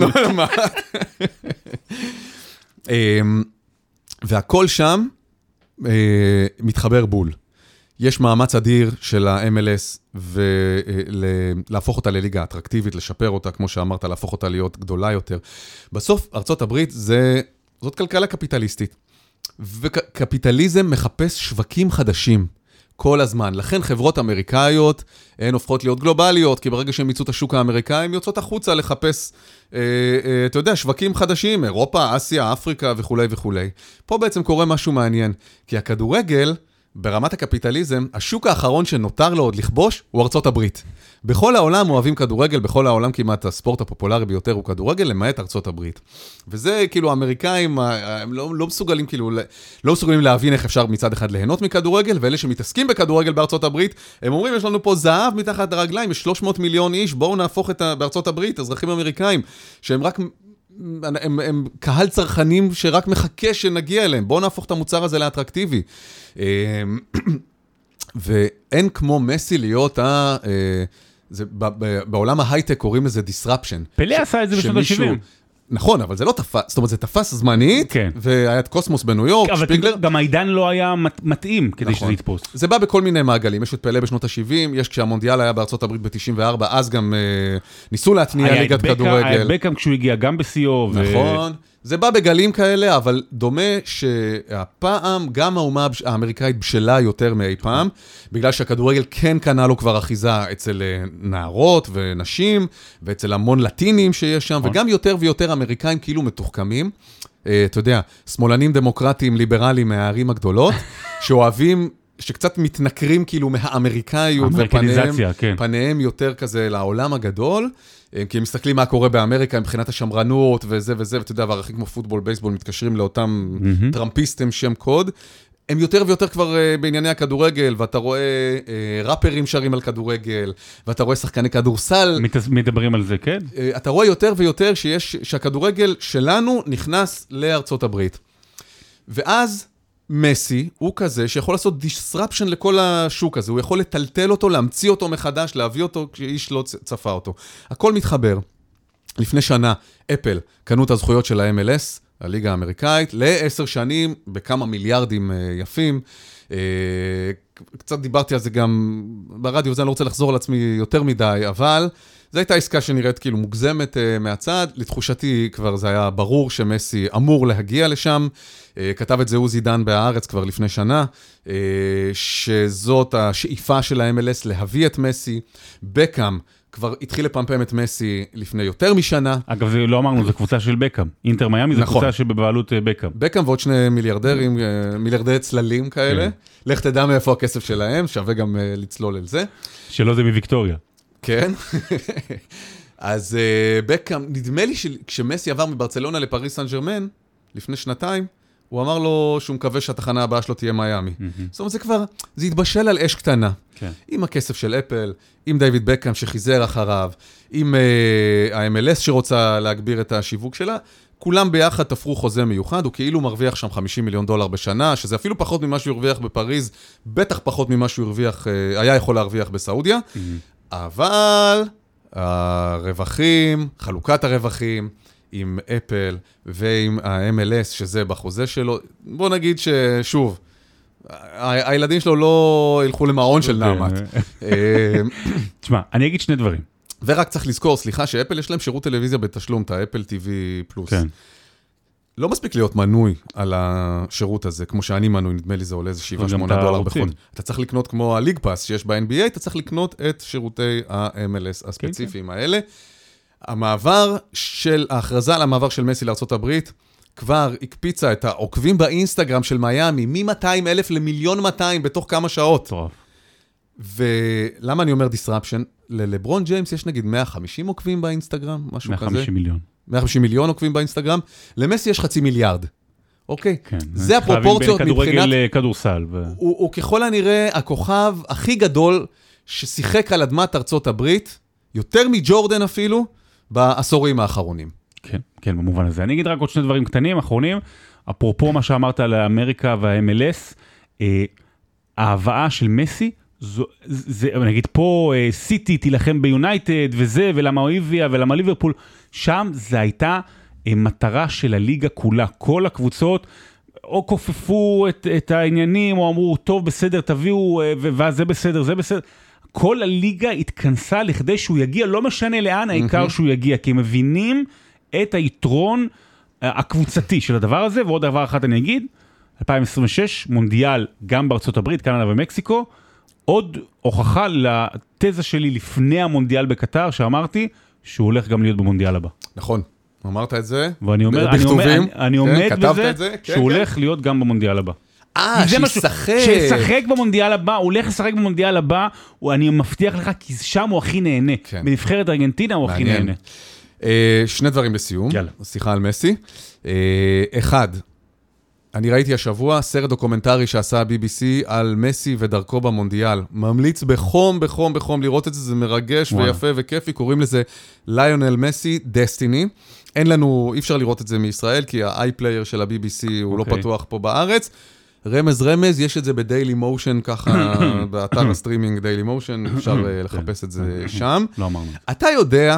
והכל שם מתחבר בול. יש מאמץ אדיר של ה-MLS ולהפוך אותה לליגה אטרקטיבית, לשפר אותה, כמו שאמרת, להפוך אותה להיות גדולה יותר. בסוף, ארצות הברית זאת כלכלה קפיטליסטית. וקפיטליזם מחפש שווקים חדשים כל הזמן. לכן חברות אמריקאיות הן הופכות להיות גלובליות, כי ברגע שהם יצאו את השוק האמריקאי, הם יוצאות החוצה לחפש, אתה יודע, שווקים חדשים, אירופה, אסיה, אפריקה וכו' וכו'. פה בעצם קורה משהו מעניין, כי הכדורגל, ברמת הקפיטליזם, השוק האחרון שנותר לו עוד לכבוש הוא ארצות הברית. בכל העולם אוהבים כדורגל, בכל העולם כמעט הספורט הפופולרי ביותר הוא כדורגל, למעט ארצות הברית. וזה כאילו האמריקאים, הם לא מסוגלים כאילו, לא מסוגלים להבין איך אפשר מצד אחד ליהנות מכדורגל, ואלה שמתעסקים בכדורגל בארצות הברית, הם אומרים, יש לנו פה זהב מתחת הרגליים, יש 300 מיליון איש, בואו נהפוך בארצות הברית, אזרחים אמריקאים, שהם רק הם קהל צרכנים שרק מחכה שנגיע אליהם. בואו נהפוך את המוצר הזה לאטרקטיבי. ואין כמו מסי להיות בעולם ההייטק קוראים לזה disruption. פלא עשה את זה בשנות ה-70. נכון, אבל זה לא תפס, זאת אומרת, זה תפס זמנית, והיה את קוסמוס בניו יורק, אבל גם העידן לא היה מתאים כדי שזה יתפוס. זה בא בכל מיני מעגלים, יש את פלא בשנות ה-70, יש כשהמונדיאל היה בארצות הברית ב-94, אז גם ניסו להתניע ליגת כדורגל. היה בקאם כשהוא הגיע גם בסיור. נכון, זה בא בגלים כאלה, אבל דומה שהפעם גם האומה האמריקאית בשלה יותר מאי פעם, בגלל שהכדורגל כן קנה לו כבר אחיזה אצל נערות ונשים, ואצל המון לטינים שיש שם, וגם יותר ויותר אמריקאים כאילו מתוחכמים, אתה יודע, שמאלנים דמוקרטיים ליברליים מהערים הגדולות, שאוהבים שקצת מתנכרים כאילו מהאמריקאיות, ופניהם יותר כזה לעולם הגדול, כי הם מסתכלים מה קורה באמריקה מבחינת השמרנות וזה וזה, ואתה יודע, וערכים כמו פוטבול, בייסבול, מתקשרים לאותם טראמפיסטים שם קוד, הם יותר ויותר כבר בענייני הכדורגל, ואתה רואה ראפרים שרים על כדורגל, ואתה רואה שחקני כדורסל. מדברים על זה, כן? אתה רואה יותר ויותר שהכדורגל שלנו נכנס לארצות הברית. ואז מסי הוא כזה שיכול לעשות disruption לכל השוק הזה, הוא יכול לטלטל אותו, להמציא אותו מחדש, להביא אותו כשאיש לא צפה אותו. הכל מתחבר. לפני שנה, אפל קנו את הזכויות של ה-MLS, הליגה האמריקאית, ל10 שנים, בכמה מיליארדים יפים. קצת דיברתי על זה גם ברדיו, וזה אני לא רוצה לחזור על עצמי יותר מדי, אבל זו הייתה עסקה שנראית כאילו מוגזמת מהצד. לתחושתי כבר זה היה ברור שמסי אמור להגיע לשם. כתב את זה עוזי דן בהארץ כבר לפני שנה, שזאת השאיפה של ה-MLS להביא את מסי. בקאם כבר התחיל לפמפם את מסי לפני יותר משנה. אגב, זה לא אמרנו, זו קבוצה של בקאם. אינטר מיאמי זו קבוצה שבבעלות בקאם. בקאם ועוד 2 מיליארדרים, מיליארדי צללים כאלה. לך תדע מאיפה הכסף שלהם, שווה גם לצלול על זה. שלא זה מוויקטוריה. כן. אז בקאם, נדמה לי שכשמסי עבר מברצלונה לפריס סן ז'רמן, לפני שנתיים, הוא אמר לו שהוא מקווה שהתחנה הבאה שלו תהיה מיאמי. זאת אומרת, זה התבשל על אש קטנה. עם הכסף של אפל, עם דיוויד בקאם שחיזר אחריו, עם ה-MLS שרוצה להגביר את השיווק שלה, כולם ביחד תפרו חוזה מיוחד, הוא כאילו מרוויח שם $50 מיליון בשנה, שזה אפילו פחות ממה שהוא הרוויח בפריז, בטח פחות ממה שהוא הרוויח, היה יכול להרוויח בסעודיה, אבל הרווחים, חלוקת הרווחים, עם אפל ועם ה-MLS, שזה בחוזה שלו, בוא נגיד ששוב, הילדים שלו לא ילכו למעון של נעמת. תשמע, אני אגיד 2 דברים. ורק צריך לזכור, סליחה, שאפל יש להם שירות טלוויזיה בתשלום, את האפל TV פלוס. כן. לא מספיק להיות מנוי על השירות הזה, כמו שאני מנוי, נדמה לי זה עולה איזה $7-8 בחודש. אתה צריך לקנות כמו הליג פאס שיש ב-NBA, אתה צריך לקנות את שירותי ה-MLS הספציפיים האלה. המעבר של, ההכרזה על המעבר של מסי לארצות הברית, כבר הקפיצה את העוקבים באינסטגרם של מיאמי, מ-200,000 ל1,200,000 בתוך כמה שעות. טוב. ולמה אני אומר disruption? ללברון ג'יימס יש נגיד 150 עוקבים באינסטגרם, משהו כזה. 150 מיליון. 150 מיליון עוקבים באינסטגרם. למסי יש 500 מיליארד. אוקיי? כן. זה הפרופורציות מבחינת... כדורגל כדורסל. הוא ככל הנראה הכוכב הכי גדול ששיחק על אדמת ארצות הברית, יותר מג'ורדן אפילו, בעשורים האחרונים. כן, כן, במובן הזה. אני אגיד רק עוד 2 דברים קטנים, אחרונים. אפרופו מה שאמרת על האמריקה וה-MLS, ההבאה של מסי, זה, נגיד פה, סיטי תילחם ביונייטד וזה, ולמה הוא הביאה, ולמה ליברפול, שם זה הייתה מטרה של הליגה כולה. כל הקבוצות או כופפו את העניינים, או אמרו, טוב, בסדר, תביאו, וזה בסדר, זה בסדר. כל הליגה התכנסה לכדי שהוא יגיע, לא משנה לאן, העיקר שהוא יגיע, כי הם מבינים את היתרון הקבוצתי של הדבר הזה, ועוד דבר אחד אני אגיד, 2026, מונדיאל גם בארצות הברית, קנדה ומקסיקו, עוד הוכחה לתזה שלי לפני המונדיאל בקטר, שאמרתי שהוא הולך גם להיות במונדיאל הבא. נכון, אמרת את זה, ואני עומד בזה, שהוא הולך להיות גם במונדיאל הבא. שישחק במונדיאל הבא, הוא הולך לשחק במונדיאל הבא, אני מבטיח לך, כי שם הוא הכי נהנה. בנבחרת ארגנטינה הוא הכי נהנה. 2 דברים לסיום, שיחה על מסי. 1, אני ראיתי השבוע סרט דוקומנטרי שעשה ה-BBC על מסי ודרכו במונדיאל. ממליץ בחום לראות את זה, זה מרגש ויפה וכיפי, קוראים לזה ליונל מסי דסטיני. אין לנו, אי אפשר לראות את זה מישראל, כי ה-iPlayer של ה-BBC הוא לא פתוח פה בארץ. רמז, יש את זה בדיילי מושן, ככה באתר הסטרימינג דיילי מושן, אפשר לחפש את זה שם. לא אמרנו. אתה יודע,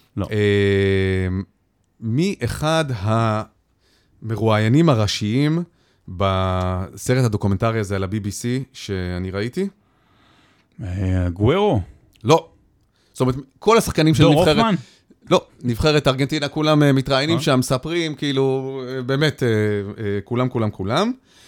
מי אחד המרואיינים הראשיים בסרט הדוקומנטרי הזה על ה-BBC שאני ראיתי? גוארו? לא. זאת אומרת, כל השחקנים של נבחרת... דור הופמן? לא, נבחרת ארגנטינה, כולם מתראיינים שם, מספרים, כאילו, באמת, כולם.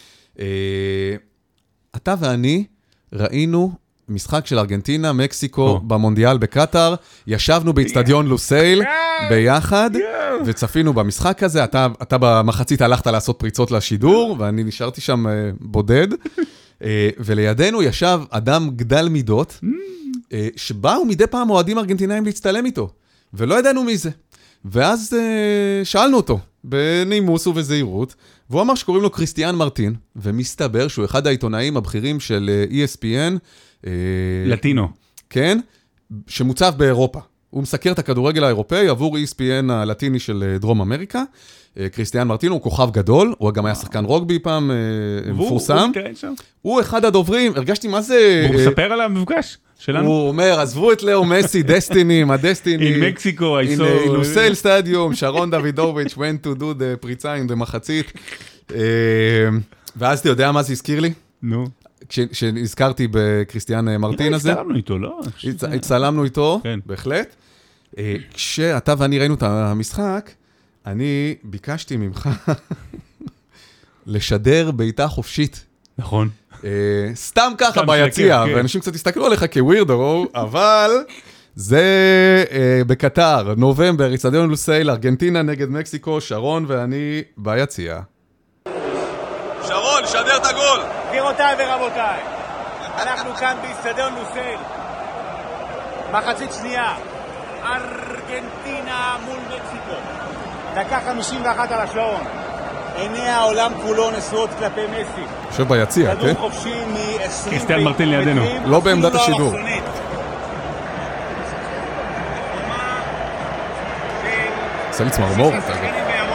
אתה ואני ראינו משחק של ארגנטינה, מקסיקו, במונדיאל בקטר, ישבנו באצטדיון לוסייל ביחד, וצפינו במשחק הזה, אתה במחצית הלכת לעשות פריצות לשידור, ואני נשארתי שם בודד, ולידינו ישב אדם גדל מידות, שבאו מדי פעם אוהדים ארגנטינאים להצטלם איתו, ולא ידענו מי זה. ואז שאלנו אותו, בנימוס ובזהירות, והוא אמר שקוראים לו קריסטיאן מרטין, ומסתבר שהוא אחד העיתונאים הבכירים של ESPN. לטינו. כן, שמוצב באירופה. הוא מסקר את הכדורגל האירופאי עבור ESPN הלטיני של דרום אמריקה. קריסטיאן מרטין הוא כוכב גדול, הוא גם היה שחקן רוגבי פעם מפורסם. הוא אחד הדוברים, הרגשתי מה זה... הוא מספר על המפגש שלנו? הוא אומר, עזבו את לאו מסי, דסטיני, הדסטיני. In Mexico, I saw... לוסל סטדיום, שרון דוידוביץ' went to do the פריצה in the מחצית. ואז אתה יודע מה זה הזכיר לי? נו. כשנזכרתי בקריסטיאן מרטין הזה. הצטלמנו איתו, לא? הצטלמנו איתו, בהחלט. כשאתה ואני ראינו את המשחק, אני ביקשתי ממך לשדר בעיטה חופשית. נכון. סתם ככה ביציע, ואנשים קצת הסתכלו עליך כווירדו, אבל זה בקטר, נובמבר, אצטדיון לוסייל, ארגנטינה נגד מקסיקו, שרון ואני ביציע. שרון, שדר את הגול! גבירותיי ורבותיי, אנחנו כאן באצטדיון לוסייל, מחצית שנייה, ארגנטינה מול מקסיקו, דקה 51 על השעון, עיני העולם כולו נשואות כלפי מסי. יושב ביציע, כן? כדור חופשי מ-20 קריסטיאן מרטין לידינו. לא בעמדת השידור. עושה לי צמרמורת, אגב.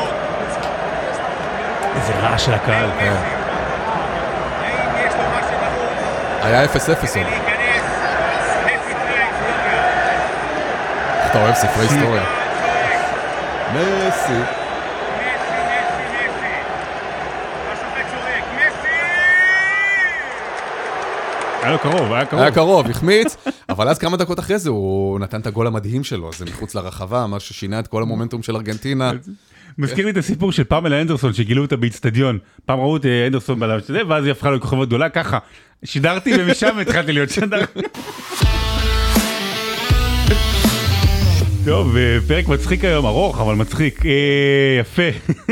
איזה רעש של הקהל. היה 0-0. איך אתה אוהב ספרי היסטוריה? מסי. היה לו קרוב, היה קרוב, החמיץ, אבל אז כמה דקות אחרי זה הוא נתן את הגול המדהים שלו, זה מחוץ לרחבה, מה ששינה את כל המומנטום של ארגנטינה. מזכיר לי את הסיפור של פמלה אנדרסון שגילו אותה באצטדיון, פעם ראו את אנדרסון בלב שזה, ואז היא הפכה לו כוכבת גדולה, ככה, שידרתי ומשם התחלתי להיות שדר. טוב, פרק מצחיק היום, ארוך אבל מצחיק, יפה.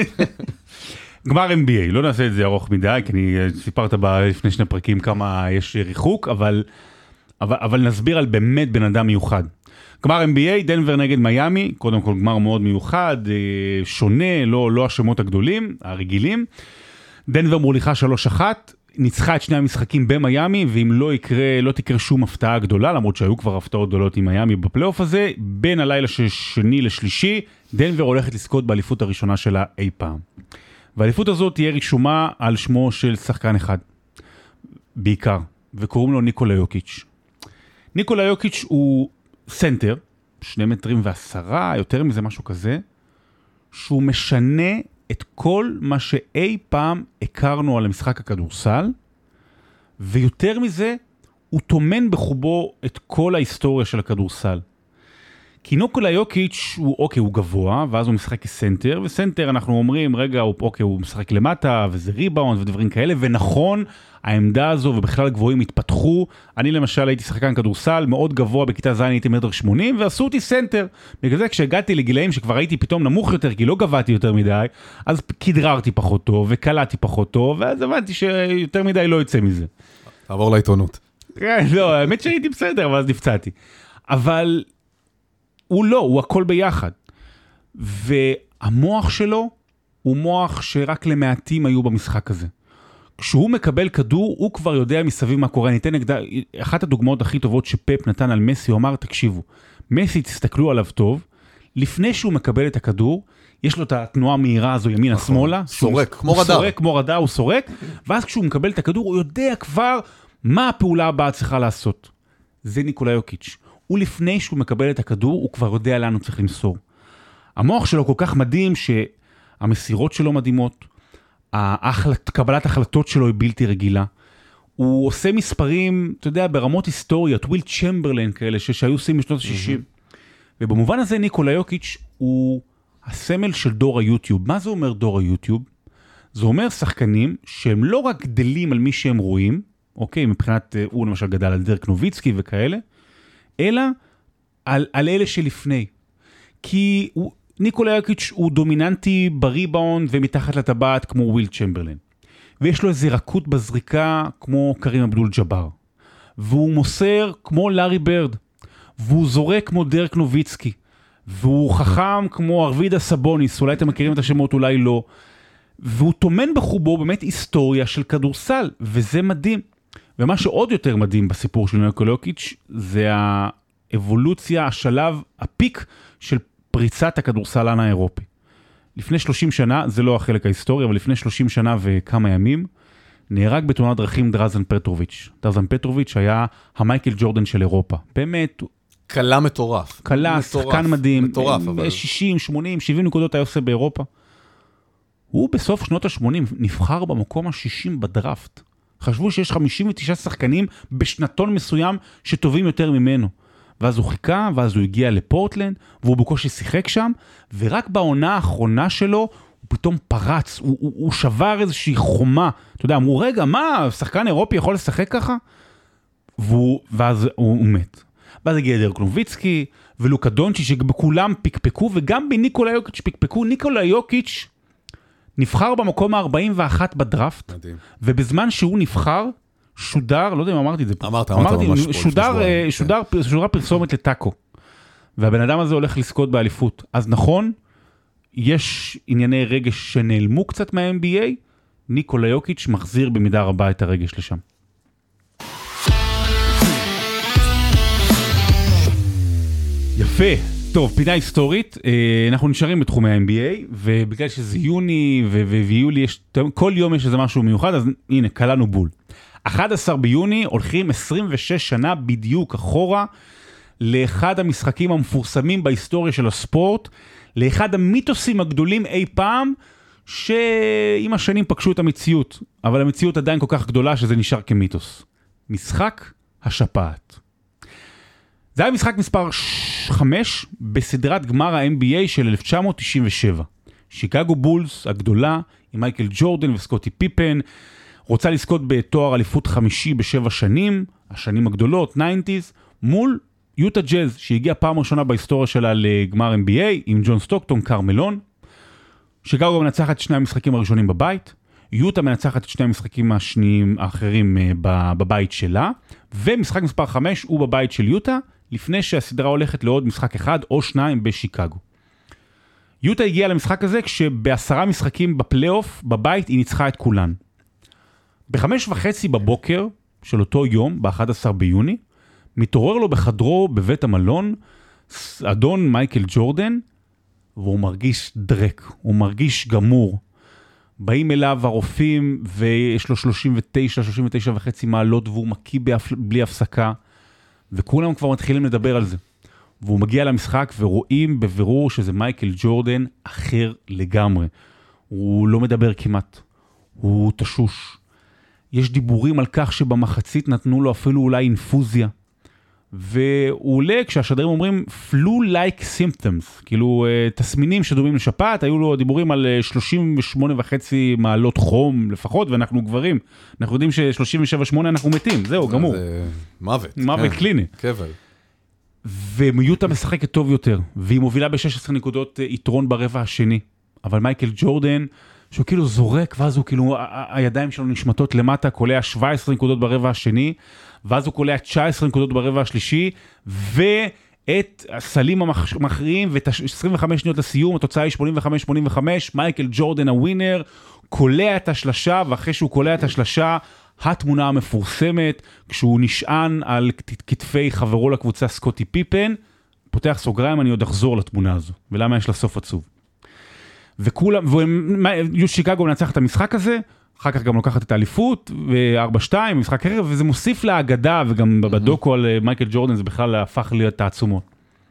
גמר NBA, לא נעשה את זה ארוך מדי, כי אני סיפרת לפני שני פרקים כמה יש ריחוק, אבל נסביר על באמת בן אדם מיוחד. גמר NBA, דנבר נגד מיאמי, קודם כל גמר מאוד מיוחד, שונה, לא השמות הגדולים, הרגילים. דנבר מוליכה 3-1, ניצחה את שני המשחקים במיאמי, ואם לא תקרה שום הפתעה גדולה, למרות שהיו כבר הפתעות גדולות עם מיאמי בפלייאוף הזה, בין הלילה שני לשלישי, דנבר הולכת לזכות באליפות הראשונה שלה אי פעם. והאליפות הזאת תהיה רשומה על שמו של שחקן אחד, בעיקר, וקוראים לו ניקולה יוקיץ'. ניקולה יוקיץ' הוא סנטר, 2.10 מטרים, יותר מזה משהו כזה, שהוא משנה את כל מה שאי פעם הכרנו על המשחק הכדורסל, ויותר מזה, הוא תומן בחובו את כל ההיסטוריה של הכדורסל. כי ניקולה יוקיץ' הוא גבוה, ואז הוא משחק כסנטר, וסנטר אנחנו אומרים, רגע, הוא משחק למטה, וזה ריבאונד ודברים כאלה, ונכון, העמדה הזו ובכלל גבוהים התפתחו. אני למשל הייתי שחקן כדורסל, מאוד גבוה, בכיתה ז' הייתי 1.80 מטר, ועשו אותי סנטר. בגלל זה כשהגעתי לגילאים שכבר הייתי פתאום נמוך יותר, כי לא גבעתי יותר מדי, אז כדררתי פחות טוב, וקלעתי פחות טוב, ואז הבנתי שיותר מדי לא יצא מזה. עבור לעיתונות. לא, האמת שהייתי בסדר, ואז נפצעתי. אבל הוא הכל ביחד. והמוח שלו הוא מוח שרק למעטים היו במשחק הזה. כשהוא מקבל כדור, הוא כבר יודע מסביב מה קורה. ניתן אחת הדוגמאות הכי טובות שפפ נתן על מסי, הוא אמר, תקשיבו, מסי תסתכלו עליו טוב, לפני שהוא מקבל את הכדור, יש לו את התנועה המהירה הזו ימינה שמאלה, סורק, כמו רדאר. סורק, כמו רדאר, הוא סורק, ואז כשהוא מקבל את הכדור, הוא יודע כבר מה הפעולה הבאה צריכה לעשות. זה ניקולה יוקיץ'. הוא לפני שהוא מקבל את הכדור, הוא כבר יודע לאן הוא צריך למסור. המוח שלו כל כך מדהים שהמסירות שלו מדהימות, קבלת החלטות שלו היא בלתי רגילה. הוא עושה מספרים, אתה יודע, ברמות היסטוריות, וויל צ'מברלין כאלה שהיו עושים בשנות ה-60. ובמובן הזה ניקולה יוקיץ' הוא הסמל של דור היוטיוב. מה זה אומר דור היוטיוב? זה אומר שחקנים שהם לא רק גדלים על מי שהם רואים, אוקיי, מבחינת, הוא למשל גדל על דרק נוביצקי וכאלה, אלא על אלה שלפני. כי ניקולה יוקיץ' הוא דומיננטי בריבאונד ומתחת לטבעת כמו וויל צ'מברלין. ויש לו איזה רכות בזריקה כמו קרים אבדול ג'אבר. והוא מוסר כמו לארי ברד, והוא זורק כמו דרק נוביצקי, והוא חכם כמו ארווידה סבוניס, אולי אתם מכירים את השמות, אולי לא. והוא תומן בחובו באמת היסטוריה של כדורסל, וזה מדהים. ומה שעוד יותר מדהים בסיפור של ניקולה יוקיץ' זה האבולוציה, השלב, הפיק של פריצת הכדורסלן האירופי. לפני 30 שנה, זה לא החלק ההיסטורי, אבל לפני 30 שנה וכמה ימים, נהרג בתאונת דרכים דרזן פטרוביץ'. דרזן פטרוביץ' היה המייקל ג'ורדן של אירופה. באמת... קלה מטורף. קלה, שחקן מדהים. מטורף, אבל... 60, 80, 70 נקודות היה עושה באירופה. הוא בסוף שנות ה-80 נבחר במקום ה-60 בדראפט. חשבו שיש 59 שחקנים בשנתון מסוים שטובים יותר ממנו. ואז הוא חיכה, ואז הוא הגיע לפורטלנד, והוא בקושי שיחק שם, ורק בעונה האחרונה שלו, הוא פתאום פרץ, הוא שבר איזושהי חומה. אתה יודע, אמרו, רגע, מה, שחקן אירופי יכול לשחק ככה? ואז הוא מת. ואז הגיע דרק נוביצקי, ולוקה דונצ'יץ' שבכולם פיקפקו, וגם בניקולה יוקיץ' פיקפקו. ניקולה יוקיץ' נבחר במקום ה-41 בדראפט, מדהים. ובזמן שהוא נבחר, שודר, לא יודע אם אמרתי את זה. אמרת ממש פה. שודר פרסומת לטאקו. והבן אדם הזה הולך לזכות באליפות. אז נכון, יש ענייני רגש שנעלמו קצת מה-NBA, ניקולה יוקיץ' מחזיר במידה רבה את הרגש לשם. יפה. טוב, פינה היסטורית, אנחנו נשארים בתחומי ה-NBA, ובגלל שזה יוני ויולי, כל יום יש איזה משהו מיוחד, אז הנה, קלענו בול. 11 ביוני הולכים 26 שנה בדיוק אחורה, לאחד המשחקים המפורסמים בהיסטוריה של הספורט, לאחד המיתוסים הגדולים אי פעם, שעם השנים פגשו את המציאות, אבל המציאות עדיין כל כך גדולה שזה נשאר כמיתוס. משחק השפעת. זה היה משחק מספר 5 בסדרת גמר ה-NBA של 1997. שיקגו בולס הגדולה עם מייקל ג'ורדן וסקוטי פיפן, רוצה לזכות בתואר אליפות 5 ב7 שנים, השנים הגדולות, 90s, מול יוטה ג'אז, שהגיע פעם ראשונה בהיסטוריה שלה לגמר NBA, עם ג'ון סטוקטון, קרמלון. שיקגו מנצחת את שני המשחקים הראשונים בבית, יוטה מנצחת את שני המשחקים השניים האחרים בבית שלה, ומשחק מספר 5 הוא בבית של יוטה, לפני שהסדרה הולכת לעוד משחק אחד או שניים בשיקגו. יוטה הגיעה למשחק הזה כשב10 משחקים בפלייאוף בבית היא ניצחה את כולן. ב5:30 בבוקר של אותו יום, ב11 ביוני, מתעורר לו בחדרו בבית המלון, אדון מייקל ג'ורדן, והוא מרגיש דרק, הוא מרגיש גמור. באים אליו הרופאים ויש לו 39.5 מעלות והוא מקיא בלי הפסקה, וכולם כבר מתחילים לדבר על זה. והוא מגיע למשחק ורואים בבירור שזה מייקל ג'ורדן אחר לגמרי. הוא לא מדבר כמעט, הוא תשוש. יש דיבורים על כך שבמחצית נתנו לו אפילו אולי אינפוזיה. והוא עולה כשהשדרים אומרים flu-like symptoms, כאילו תסמינים שדומים לשפעת, היו לו דיבורים על 38.5 מעלות חום לפחות, ואנחנו גברים, אנחנו יודעים ש37.8 אנחנו מתים, זהו, גמור. זה מוות. מוות קליני. קבל. ומיוטה משחקת טוב יותר, והיא מובילה ב16 נקודות יתרון ברבע השני, אבל מייקל ג'ורדן, שהוא כאילו זורק, ואז הוא כאילו, הידיים שלו נשמטות למטה, קולע 17 נקודות ברבע השני, ואז הוא קולע 19 נקודות ברבע השלישי, ואת הסלים המכריעים, ואת 25 שניות לסיום, התוצאה היא 85-85, מייקל ג'ורדן הווינר, קולע את השלשה, ואחרי שהוא קולע את השלשה, התמונה המפורסמת, כשהוא נשען על כתפי חברו לקבוצה סקוטי פיפן, פותח סוגריים, אני עוד אחזור לתמונה הזו, ולמה יש לה סוף עצוב. וכולם, שיקגו מנצח את המשחק הזה, אחר כך גם לוקחת את האליפות, ו4-2, משחק ערב, וזה מוסיף להגדה, וגם בדוקו על מייקל ג'ורדן, זה בכלל הפך להיות תעצומות.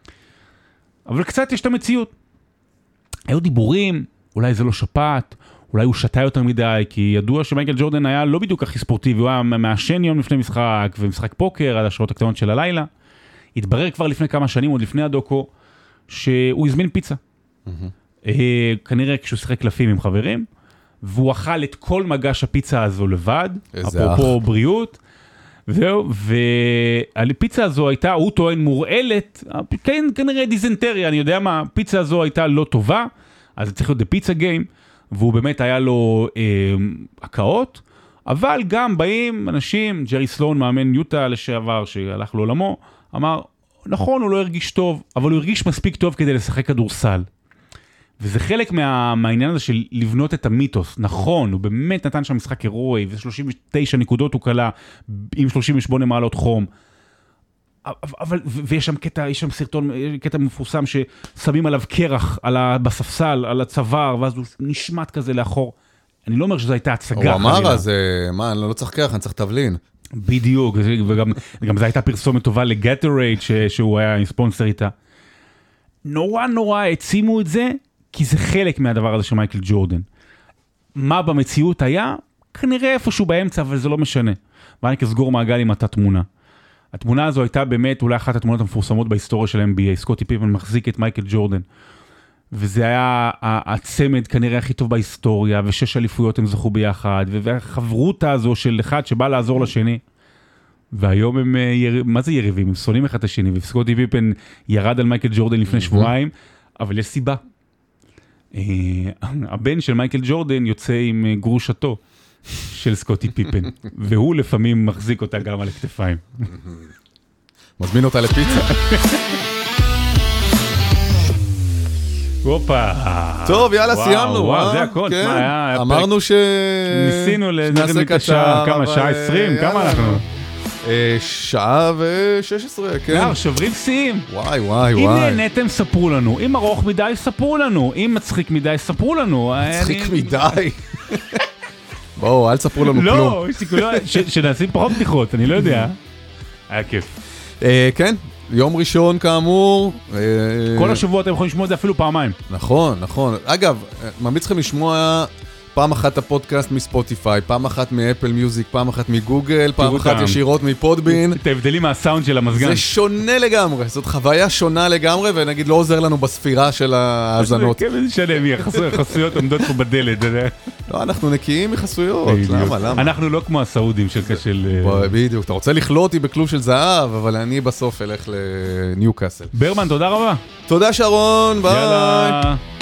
אבל קצת יש את המציאות. היו דיבורים, אולי זה לא שפעת, אולי הוא שתה יותר מדי, כי ידוע שמייקל ג'ורדן היה לא בדיוק הכי ספורטיבי, הוא היה מעשן יום לפני משחק, ומשחק פוקר, עד השעות הקטנות של הלילה. התברר כבר לפני כמה שנים, עוד לפני הדוקו, שהוא הזמין פיצה. כנראה כשהוא שיחק קלפים עם חברים, והוא אכל את כל מגש הפיצה הזו לבד, אפרופו בריאות, וזהו, והפיצה הזו הייתה, הוא טוען מורעלת, כנראה דיזנטריה, אני יודע מה, הפיצה הזו הייתה לא טובה, אז צריך להיות בפיצה גיים, והוא באמת היה לו הקאות, אבל גם באים אנשים, ג'רי סלון, מאמן יוטה לשעבר, שהלך לעולמו, אמר, נכון, הוא לא הרגיש טוב, אבל הוא הרגיש מספיק טוב כדי לשחק כדורסל. וזה חלק מהעניין הזה של לבנות את המיתוס. נכון, הוא באמת נתן שם משחק הירואי, ו39 נקודות הוא קלה, עם 38 מעלות חום. אבל, ויש שם קטע, יש שם סרטון, קטע מפורסם ששמים עליו קרח בספסל, על הצוואר, ואז הוא נשמט כזה לאחור. אני לא אומר שזו הייתה הצגה. הוא אמר אז, מה, אני לא צריך קרח, אני צריך תבלין. בדיוק, וגם זו הייתה פרסומת טובה לגטורייד, שהוא היה עם ספונסר איתה. נורא העצימו את זה, כי זה חלק מהדבר הזה של מייקל ג'ורדן. מה במציאות היה? כנראה איפשהו באמצע, אבל זה לא משנה. ואני כסגור מעגל עם אותה תמונה. התמונה הזו הייתה באמת אולי אחת התמונות המפורסמות בהיסטוריה של ה-NBA. סקוטי פיפן מחזיק את מייקל ג'ורדן. וזה היה הצמד כנראה הכי טוב בהיסטוריה, ו6 אליפויות הם זכו ביחד, והחברותה הזו של אחד שבא לעזור לשני. והיום הם, מה זה יריבים? הם שונאים אחד את השני, וסקוטי פיפן ירד על מייקל ג'ורדן לפני שבועיים, אבל יש סיבה. הבן של מייקל ג'ורדן יוצא עם גרושתו של סקוטי פיפן, והוא לפעמים מחזיק אותה גם על הכתפיים. מזמין אותה לפיצה. הופה. טוב, יאללה, סיימנו. וואו, זה הכל. אמרנו ניסינו לנראה קצר, כמה, שעה 20? כמה אנחנו? שעה ו-16, כן. שוברים שיאים. וואי. אם נהנתם, ספרו לנו. אם ארוך מדי, ספרו לנו. אם מצחיק מדי, ספרו לנו. מצחיק מדי. בואו, אל תספרו לנו כלום. לא, שנעשים פחות בדיחות, אני לא יודע. היה כיף. כן, יום ראשון כאמור. כל השבוע אתם יכולים לשמוע את זה אפילו פעמיים. נכון. אגב, ממליץ לכם לשמוע פעם אחת הפודקאסט מספוטיפיי, פעם אחת מאפל מיוזיק, פעם אחת מגוגל, פעם אחת ישירות מפודבין. את ההבדלים מהסאונד של המזגן. זה שונה לגמרי, זאת חוויה שונה לגמרי, ונגיד לא עוזר לנו בספירה של ההאזנות. כן, זה שונה, חסויות עומדות פה בדלת. לא, אנחנו נקיים מחסויות, למה? אנחנו לא כמו הסעודים של... בדיוק, אתה רוצה לכלוא אותי בכלוב של זהב, אבל אני בסוף אלך לניוקאסל. ברמן, תודה רבה. תודה שרון, ביי.